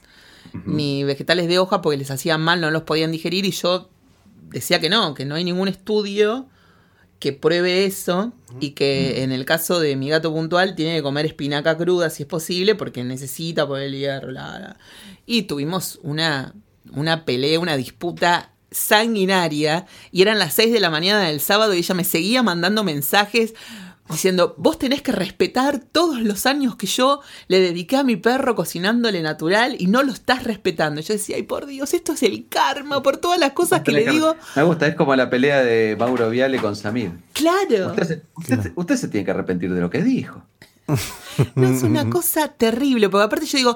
ni vegetales de hoja porque les hacían mal, no los podían digerir, y yo decía que no hay ningún estudio que pruebe eso, y que en el caso de mi gato puntual tiene que comer espinaca cruda si es posible porque necesita por el hierro. Y tuvimos una pelea, una disputa sanguinaria, y eran las 6 de la mañana del sábado y ella me seguía mandando mensajes diciendo: vos tenés que respetar todos los años que yo le dediqué a mi perro cocinándole natural y no lo estás respetando. Yo decía: ay, por Dios, esto es el karma por todas las cosas que le digo. Me gusta, es como la pelea de Mauro Viale con Samir. Claro. Usted se tiene que arrepentir de lo que dijo. No, es una cosa terrible, porque aparte yo digo,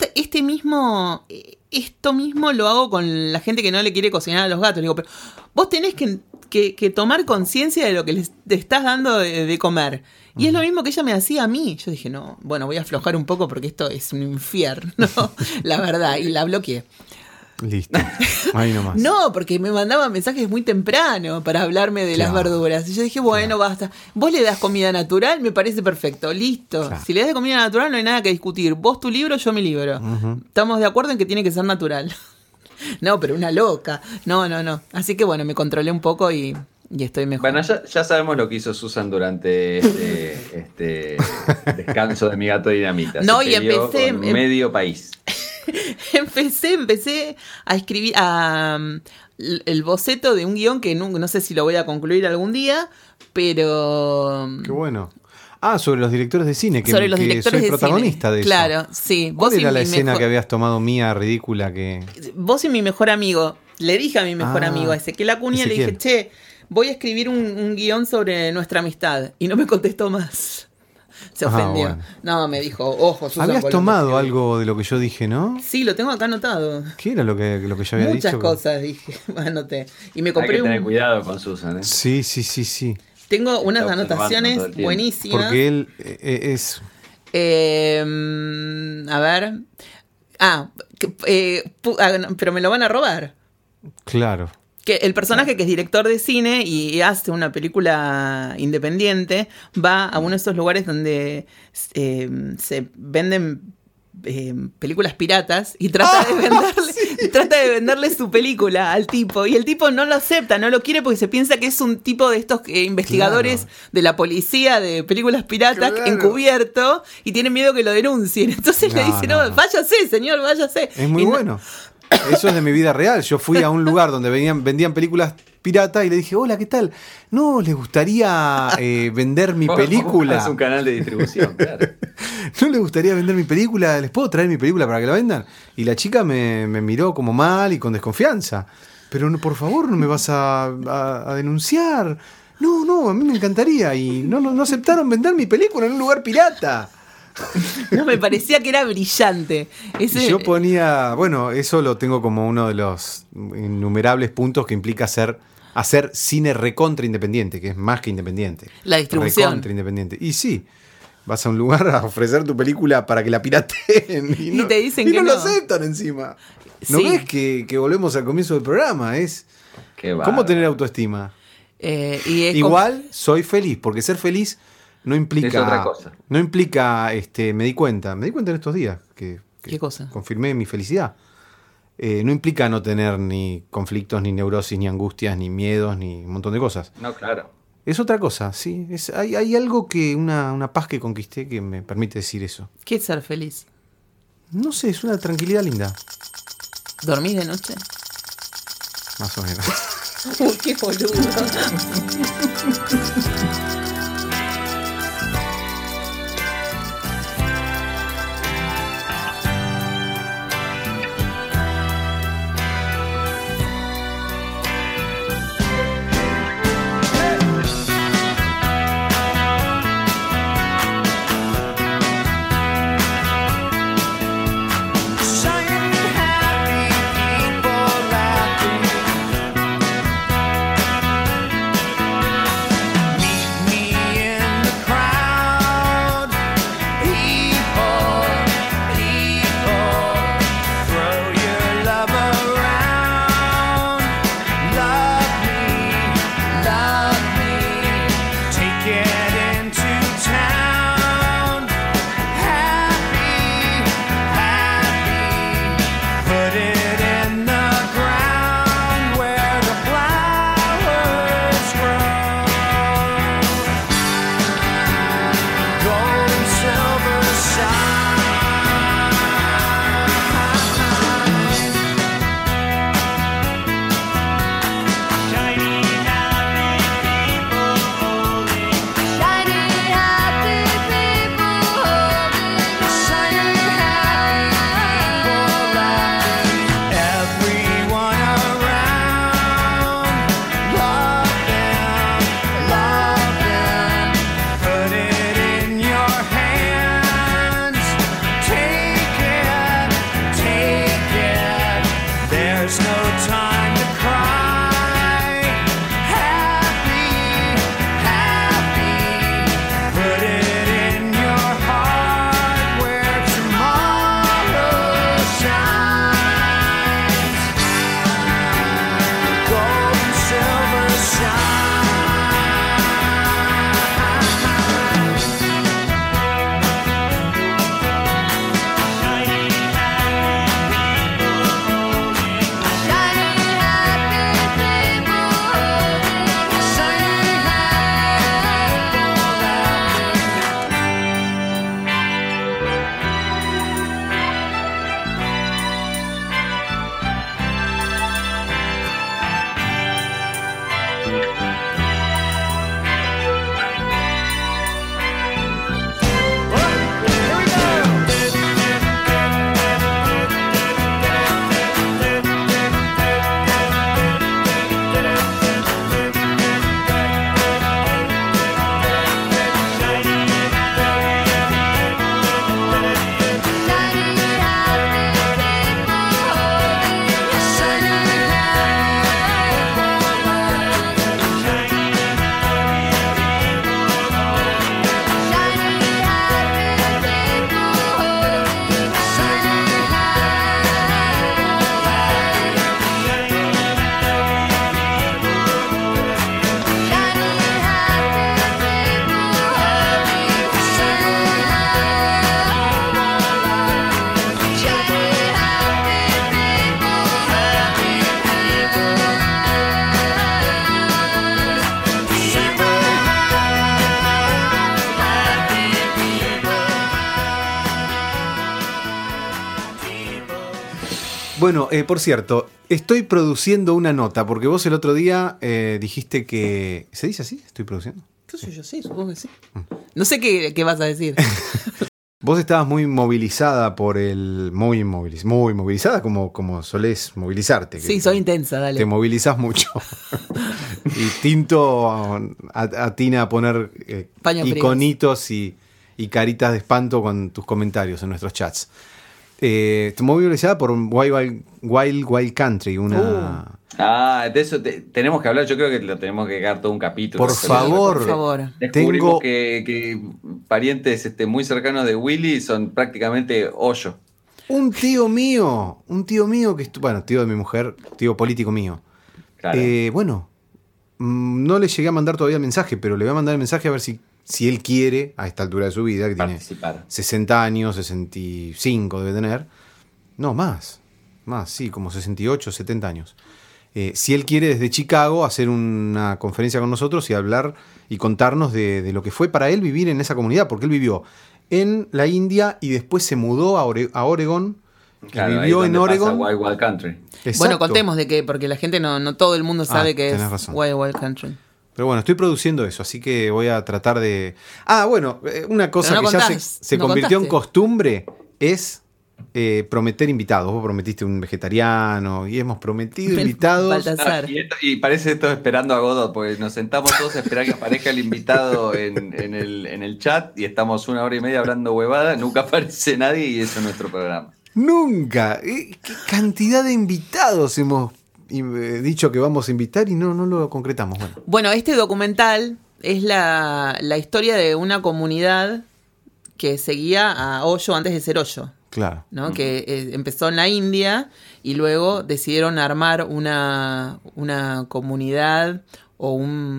esto mismo lo hago con la gente que no le quiere cocinar a los gatos. Le digo, pero vos tenés que tomar conciencia de lo que te estás dando de comer. Y es lo mismo que ella me hacía a mí. Yo dije, no, bueno, voy a aflojar un poco porque esto es un infierno, la verdad, y la bloqueé. Listo. Ahí nomás. No, porque me mandaba mensajes muy temprano para hablarme de las verduras. Y yo dije, bueno, basta. Vos le das comida natural, me parece perfecto. Listo. Claro. Si le das comida natural no hay nada que discutir. Vos tu libro, yo mi libro. Estamos de acuerdo en que tiene que ser natural. No, pero una loca. No. Así que bueno, me controlé un poco y estoy mejor. Bueno, ya sabemos lo que hizo Susan durante este descanso de Mi Gato Dinamita. No, Se y peleó empecé con medio país. Empecé a escribir el boceto de un guión que no sé si lo voy a concluir algún día, pero... Qué bueno. Sobre los directores de cine, sobre los directores soy protagonista de eso. Claro, sí. ¿Cuál era la escena que habías tomado mía ridícula que...? Vos y mi mejor amigo. Le dije a mi mejor amigo, a Ezequiel Acuña, le dije, che, voy a escribir un guión sobre nuestra amistad. Y no me contestó más. Se ofendió. Bueno. No, me dijo, ojo, Susan Habías Colón, tomado algo de lo que yo dije, ¿no? Sí, lo tengo acá anotado. ¿Qué era lo que yo había Muchas dicho? cosas dije, anoté. Y me compré Hay que tener cuidado con Susan, ¿eh? Sí. Tengo unas Está observando todo el anotaciones tiempo. buenísimas. Porque él es... A ver. Pero me lo van a robar. Claro. Que el personaje que es director de cine y hace una película independiente va a uno de esos lugares donde se venden películas piratas y trata de venderle su película al tipo, y el tipo no lo acepta, no lo quiere porque se piensa que es un tipo de estos investigadores de la policía de películas piratas encubierto, y tiene miedo que lo denuncien. Entonces le dice, no, váyase, señor, váyase. Es muy bueno. Eso es de mi vida real. Yo fui a un lugar donde vendían películas piratas y le dije, hola, ¿qué tal? No, ¿les gustaría vender mi película? Es un canal de distribución, claro. ¿No les gustaría vender mi película? ¿Les puedo traer mi película para que la vendan? Y la chica me miró como mal y con desconfianza. Pero no, por favor, no me vas a denunciar. No, a mí me encantaría. Y no aceptaron vender mi película en un lugar pirata. No, me parecía que era brillante. Y yo ponía, bueno, eso lo tengo como uno de los innumerables puntos que implica hacer cine recontra independiente, que es más que independiente. La distribución. Recontra independiente. Y sí, vas a un lugar a ofrecer tu película para que la pirateen y te dicen que no no lo aceptan encima. ¿No ves que volvemos al comienzo del programa? Es ¿cómo tener autoestima? Igual soy feliz, porque ser feliz no implica... Es otra cosa. No implica, me di cuenta en estos días que ¿Qué cosa? Confirmé mi felicidad. No implica no tener ni conflictos, ni neurosis, ni angustias, ni miedos, ni un montón de cosas. No, claro. Es otra cosa, sí. Hay algo una paz que conquisté que me permite decir eso. ¿Qué es ser feliz? No sé, es una tranquilidad linda. ¿Dormís de noche? Más o menos. Uy, qué boludo. Meet me Bueno, por cierto, estoy produciendo una nota, porque vos el otro día dijiste que... ¿Se dice así? ¿Estoy produciendo? ¿Qué sé yo? Sí, supongo que sí. No sé qué vas a decir. Vos estabas muy movilizada por el... Muy movilizada como solés movilizarte. Sí, soy intensa, dale. Te movilizás mucho. Y Tinto atina a poner Paños iconitos y caritas de espanto con tus comentarios en nuestros chats. Te movilizada por Wild Country, una... de eso tenemos que hablar. Yo creo que lo tenemos que dejar todo un capítulo. Por favor. Descubrimos que parientes muy cercanos de Willy son prácticamente Hoyo. Un tío mío que tío de mi mujer, tío político mío. Claro. Bueno, no le llegué a mandar todavía el mensaje, pero le voy a mandar el mensaje a ver si él quiere, a esta altura de su vida, que participar. Tiene 60 años, 65 debe tener. No, más, sí, como 68, 70 años. Si él quiere desde Chicago hacer una conferencia con nosotros y hablar y contarnos de lo que fue para él vivir en esa comunidad, porque él vivió en la India y después se mudó a Oregon. Claro, vivió en Oregon. Wild Country. Exacto. Bueno, contemos de qué, porque la gente no todo el mundo sabe que es razón. Wild Country. Pero bueno, estoy produciendo eso, así que voy a tratar de... una cosa Pero no que contás, ya se no convirtió en contaste. costumbre es prometer invitados. Vos prometiste un vegetariano y hemos prometido invitados. Baltasar. Y parece esto esperando a Godot, porque nos sentamos todos a esperar que aparezca el invitado en el chat y estamos 1 hora y media hablando huevada, nunca aparece nadie y eso es nuestro programa. Nunca. ¿Qué cantidad de invitados hemos dicho que vamos a invitar y no lo concretamos? Bueno, este documental es la historia de una comunidad que seguía a Hoyo antes de ser Hoyo. Claro. ¿No? Que empezó en la India y luego decidieron armar una comunidad o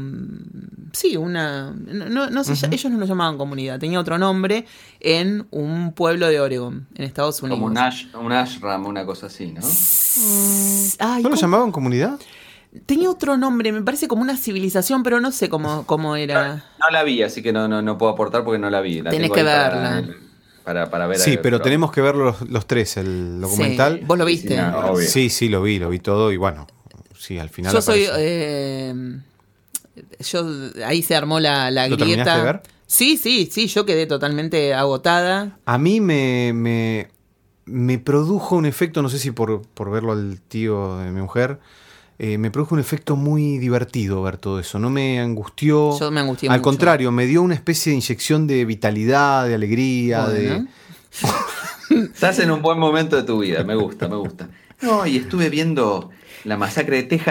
no sé, ellos no lo llamaban comunidad, tenía otro nombre, en un pueblo de Oregon, en Estados Unidos. Como un ashram, una cosa así, ¿no? Ay, ¿No lo ¿cómo? llamaban comunidad? Tenía otro nombre, me parece como una civilización, pero no sé cómo era. No la vi, así que no puedo aportar porque no la vi. La Tenés tengo que ahí verla. Para ver. Sí, pero tenemos que ver los tres, el documental. Sí, vos lo viste. Sí, no, obvio. Sí, lo vi todo y bueno, sí, al final Yo soy... aparece. ahí se armó la ¿Lo grieta. terminaste de ver? Sí, yo quedé totalmente agotada. A mí me produjo un efecto, no sé si por verlo al tío de mi mujer, me produjo un efecto muy divertido ver todo eso. No me angustió. Yo me angustié Al mucho. contrario, me dio una especie de inyección de vitalidad, de alegría, Bueno. Estás en un buen momento de tu vida, me gusta. No, y estuve viendo La Masacre de Texas.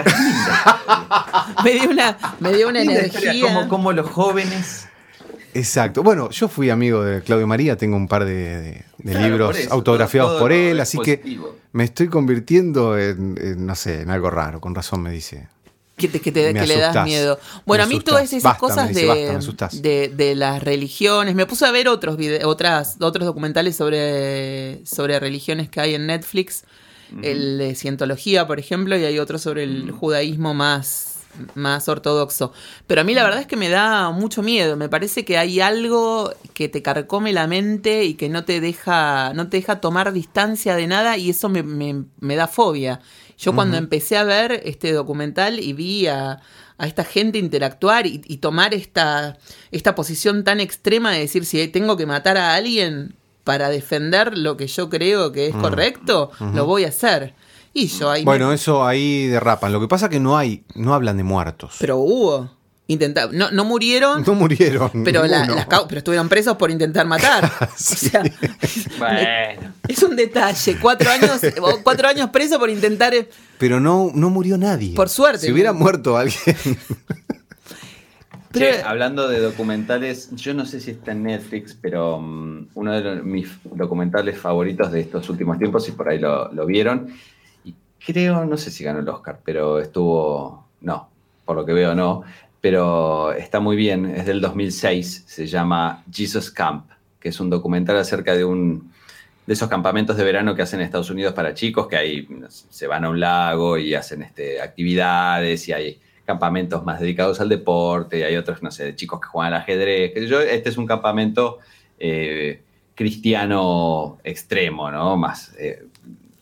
Me dio una Linda historia, energía. como los jóvenes. Exacto. Bueno, yo fui amigo de Claudio María, tengo un par de Claro, libros por eso, autografiados todo por lo él, así que positivo. me estoy convirtiendo no sé, en algo raro, con razón me dice. Que Me le das asustás. miedo. Bueno, Me a mí asustás. todas esas Basta, cosas me dice, basta, me asustás. de las religiones. Me puse a ver otros documentales sobre religiones que hay en Netflix. El de Cientología, por ejemplo, y hay otro sobre el judaísmo más ortodoxo. Pero a mí la verdad es que me da mucho miedo. Me parece que hay algo que te carcome la mente y que no te deja tomar distancia de nada, y eso me da fobia. Yo cuando empecé a ver este documental y vi a esta gente interactuar y tomar esta posición tan extrema de decir, si tengo que matar a alguien para defender lo que yo creo que es correcto, lo voy a hacer. Y yo ahí Bueno, eso ahí derrapan. Lo que pasa es que no hablan de muertos. Pero hubo. No murieron, No murieron. pero, ninguno. pero estuvieron presos por intentar matar. Sí. O sea, Bueno. es un detalle. 4 años preso por intentar. Pero no murió nadie. Por suerte, Si hubiera ¿no? muerto alguien. Pero- Che, hablando de documentales, yo no sé si está en Netflix, pero uno de mis documentales favoritos de estos últimos tiempos, y por ahí lo vieron, y creo, no sé si ganó el Oscar, pero no, por lo que veo no, pero está muy bien, es del 2006, se llama Jesus Camp, que es un documental acerca de esos campamentos de verano que hacen en Estados Unidos para chicos, que ahí se van a un lago y hacen actividades, y hay campamentos más dedicados al deporte, y hay otros, no sé, de chicos que juegan al ajedrez, qué sé yo. Este es un campamento cristiano extremo, ¿no? Más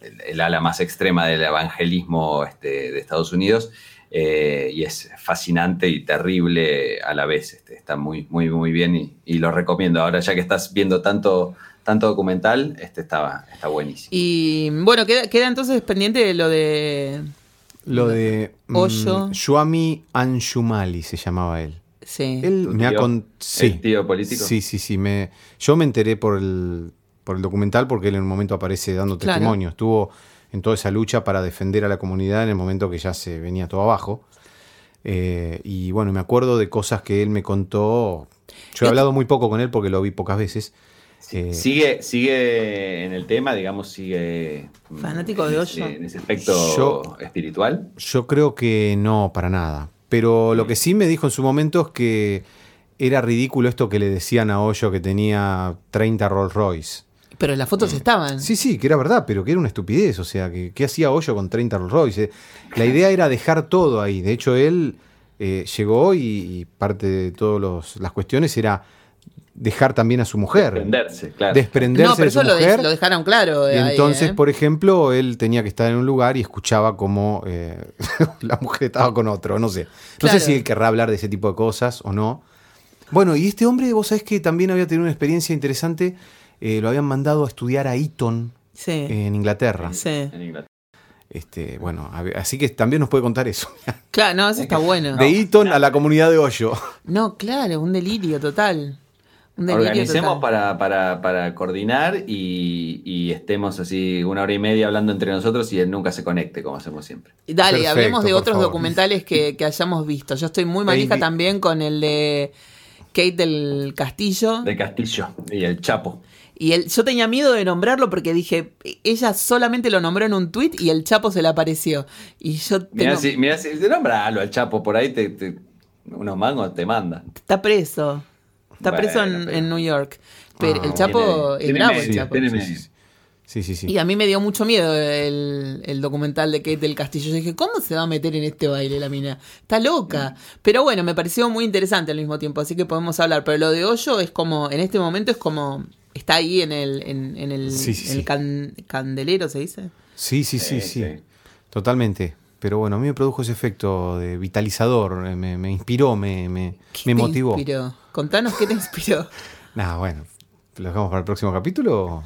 el ala más extrema del evangelismo de Estados Unidos, y es fascinante y terrible a la vez. Está muy, muy, muy bien y lo recomiendo. Ahora, ya que estás viendo tanto documental, está buenísimo. Y bueno, queda entonces pendiente lo de Hoyo. Swami Anshumali se llamaba él. Sí. Él me ha sí. ¿El tío político? Sí. Yo me enteré por el documental porque él en un momento aparece dando testimonio. Estuvo en toda esa lucha para defender a la comunidad en el momento que ya se venía todo abajo. Y bueno, me acuerdo de cosas que él me contó. Yo he hablado muy poco con él porque lo vi pocas veces. Sigue en el tema, digamos, sigue fanático de Hoyo. En ese aspecto espiritual. Yo creo que no, para nada. Pero lo que sí me dijo en su momento es que era ridículo esto que le decían a Hoyo que tenía 30 Rolls Royce. Pero las fotos estaban. Sí, que era verdad, pero que era una estupidez. O sea, ¿qué hacía Hoyo con 30 Rolls Royce? La idea era dejar todo ahí. De hecho, él llegó y parte de todas las cuestiones era dejar también a su mujer. Desprenderse no, pero de su eso mujer. lo dejaron claro. Y ahí, entonces, por ejemplo, él tenía que estar en un lugar y escuchaba como la mujer estaba con otro, no sé. No sé si él querrá hablar de ese tipo de cosas o no. Bueno, y este hombre, vos sabés que también había tenido una experiencia interesante. Lo habían mandado a estudiar a Eton en Inglaterra. Sí. En Inglaterra. Bueno, así que también nos puede contar eso. Claro, no, eso está bueno. De Eton a la comunidad de Hoyo. No, claro, un delirio total. Organicemos para coordinar y estemos así 1 hora y media hablando entre nosotros y él nunca se conecte, como hacemos siempre. Dale, Perfecto, hablemos de otros favor. documentales que hayamos visto. Yo estoy muy manija también con el de Kate del Castillo. Del Castillo y el Chapo. Y yo tenía miedo de nombrarlo porque dije, ella solamente lo nombró en un tuit y el Chapo se le apareció. Y yo Mirá si nombralo al Chapo, por ahí unos mangos te manda. Está preso. Está preso en New York. Pero el Chapo es bravo, el Chapo. Sí. Y a mí me dio mucho miedo el documental de Kate del Castillo. Yo dije, ¿cómo se va a meter en este baile la mina? Está loca. Pero bueno, me pareció muy interesante al mismo tiempo, así que podemos hablar. Pero lo de Hoyo es como, en este momento es como, está ahí en el candelero, ¿se dice? Sí. Totalmente. Pero bueno, a mí me produjo ese efecto de vitalizador. Me inspiró, me motivó. ¿Qué te inspiró? Contanos qué te inspiró. Bueno, ¿lo dejamos para el próximo capítulo?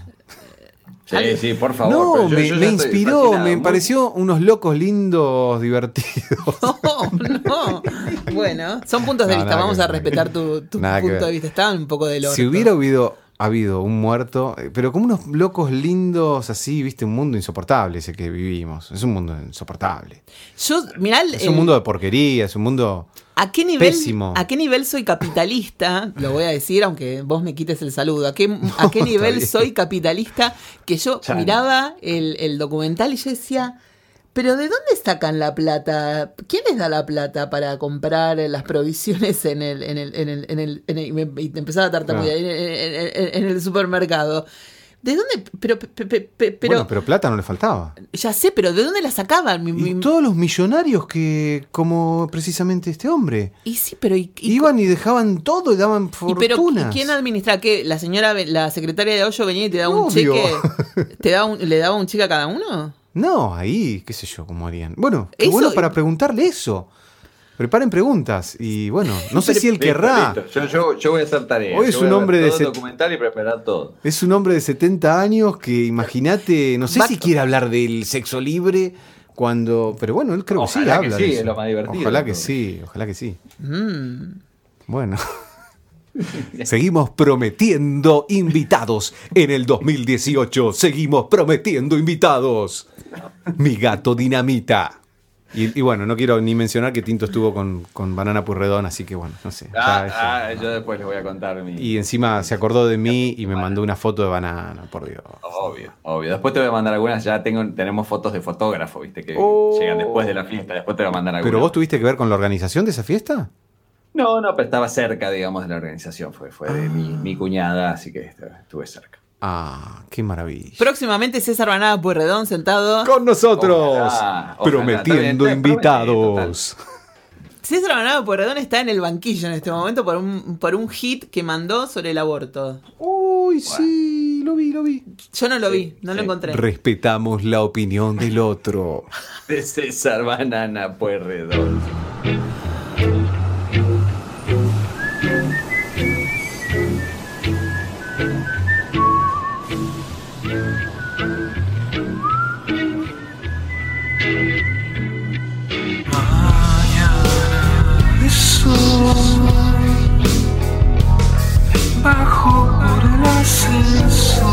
Sí, por favor. No, me inspiró, me muy... pareció unos locos lindos, divertidos. No. Bueno, son puntos de vista. Vamos a respetar tu punto de vista. Estaban un poco del orto. Si hubiera habido un muerto, pero como unos locos lindos así, viste, un mundo insoportable ese que vivimos. Es un mundo insoportable. Es un mundo de porquería, es un mundo pésimo. ¿A qué nivel soy capitalista? Lo voy a decir, aunque vos me quites el saludo. ¿A qué nivel soy capitalista? Que yo miraba el documental y yo decía, ¿pero de dónde sacan la plata? ¿Quién les da la plata para comprar las provisiones y me empezaba a tartamudear en el supermercado? ¿De dónde? Pero plata no le faltaba. Ya sé, pero ¿de dónde la sacaban? Y todos los millonarios como precisamente este hombre. Y sí, pero iban y dejaban todo y daban fortunas. ¿Y quién administra qué? ¿La secretaria de Hoyo venía y te daba un cheque? ¿Le daba un cheque a cada uno? No, ahí, qué sé yo, cómo harían. Bueno, qué bueno para preguntarle eso. Preparen preguntas y bueno, no sé si él querrá. Yo voy a hacer tarea. Hoy es un hombre de documental y preparar todo. Es un hombre de 70 años que imagínate, no sé si quiere hablar del sexo libre pero bueno, él creo que sí habla de eso. Es lo más divertido. Ojalá que sí. Bueno. Seguimos prometiendo invitados en el 2018. Seguimos prometiendo invitados. Mi gato Dinamita. Y bueno, no quiero ni mencionar que Tinto estuvo con Banana Purredón, así que bueno, no sé. Yo después les voy a contar Y encima se acordó de mí y me mandó una foto de banana, por Dios. Obvio. Después te voy a mandar algunas, ya tenemos fotos de fotógrafo, viste, que llegan después de la fiesta, después te voy a mandar algunas. ¿Pero vos tuviste que ver con la organización de esa fiesta? No, pero estaba cerca, digamos, de la organización, fue de mi cuñada, así que estuve cerca. Qué maravilla. Próximamente César Banana Pueyrredón sentado con nosotros, ojalá, prometiendo invitados. César Banana Pueyrredón está en el banquillo en este momento por un hit que mandó sobre el aborto. Uy, sí, lo vi. Yo no lo vi, no lo sí. encontré. Respetamos la opinión del otro. De César Banana Pueyrredón. Bajo por el ascensor,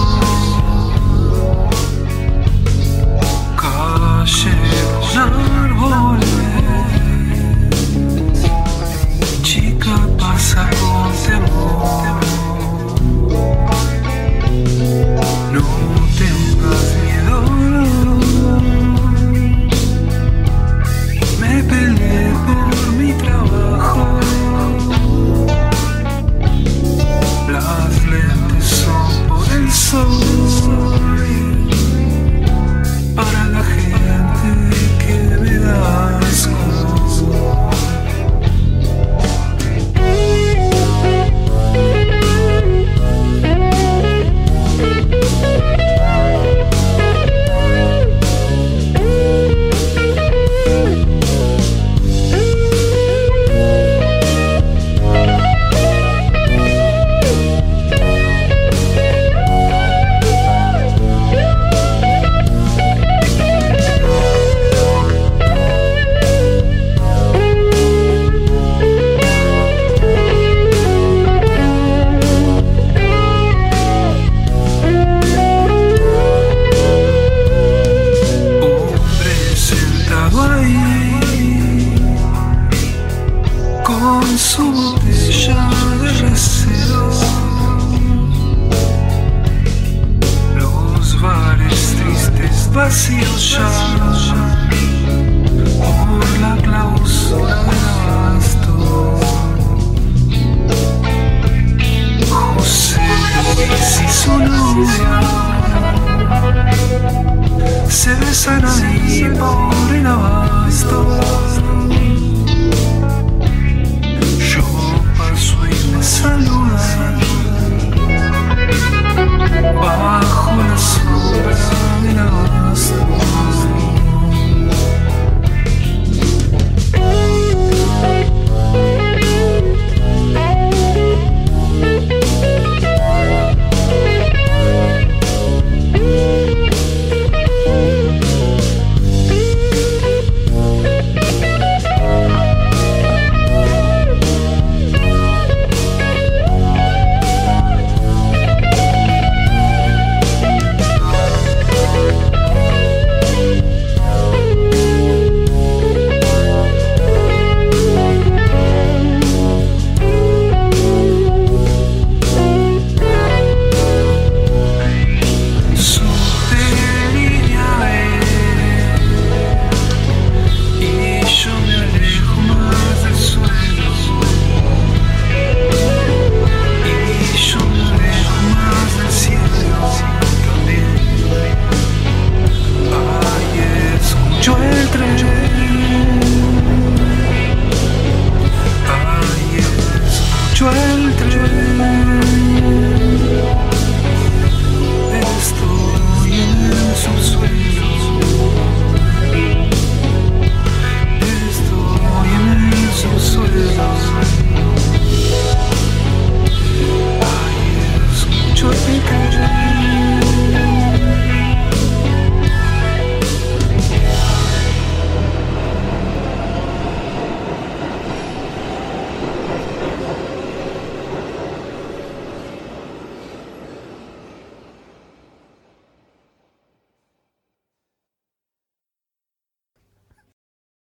calle con árboles, chica pasa con temor, no tengas miedo, me peleé por mi trabajo. Las lentes son por el sol, para la gente que me da asco. Su botella de recero, los bares tristes vacíos ya por la clave.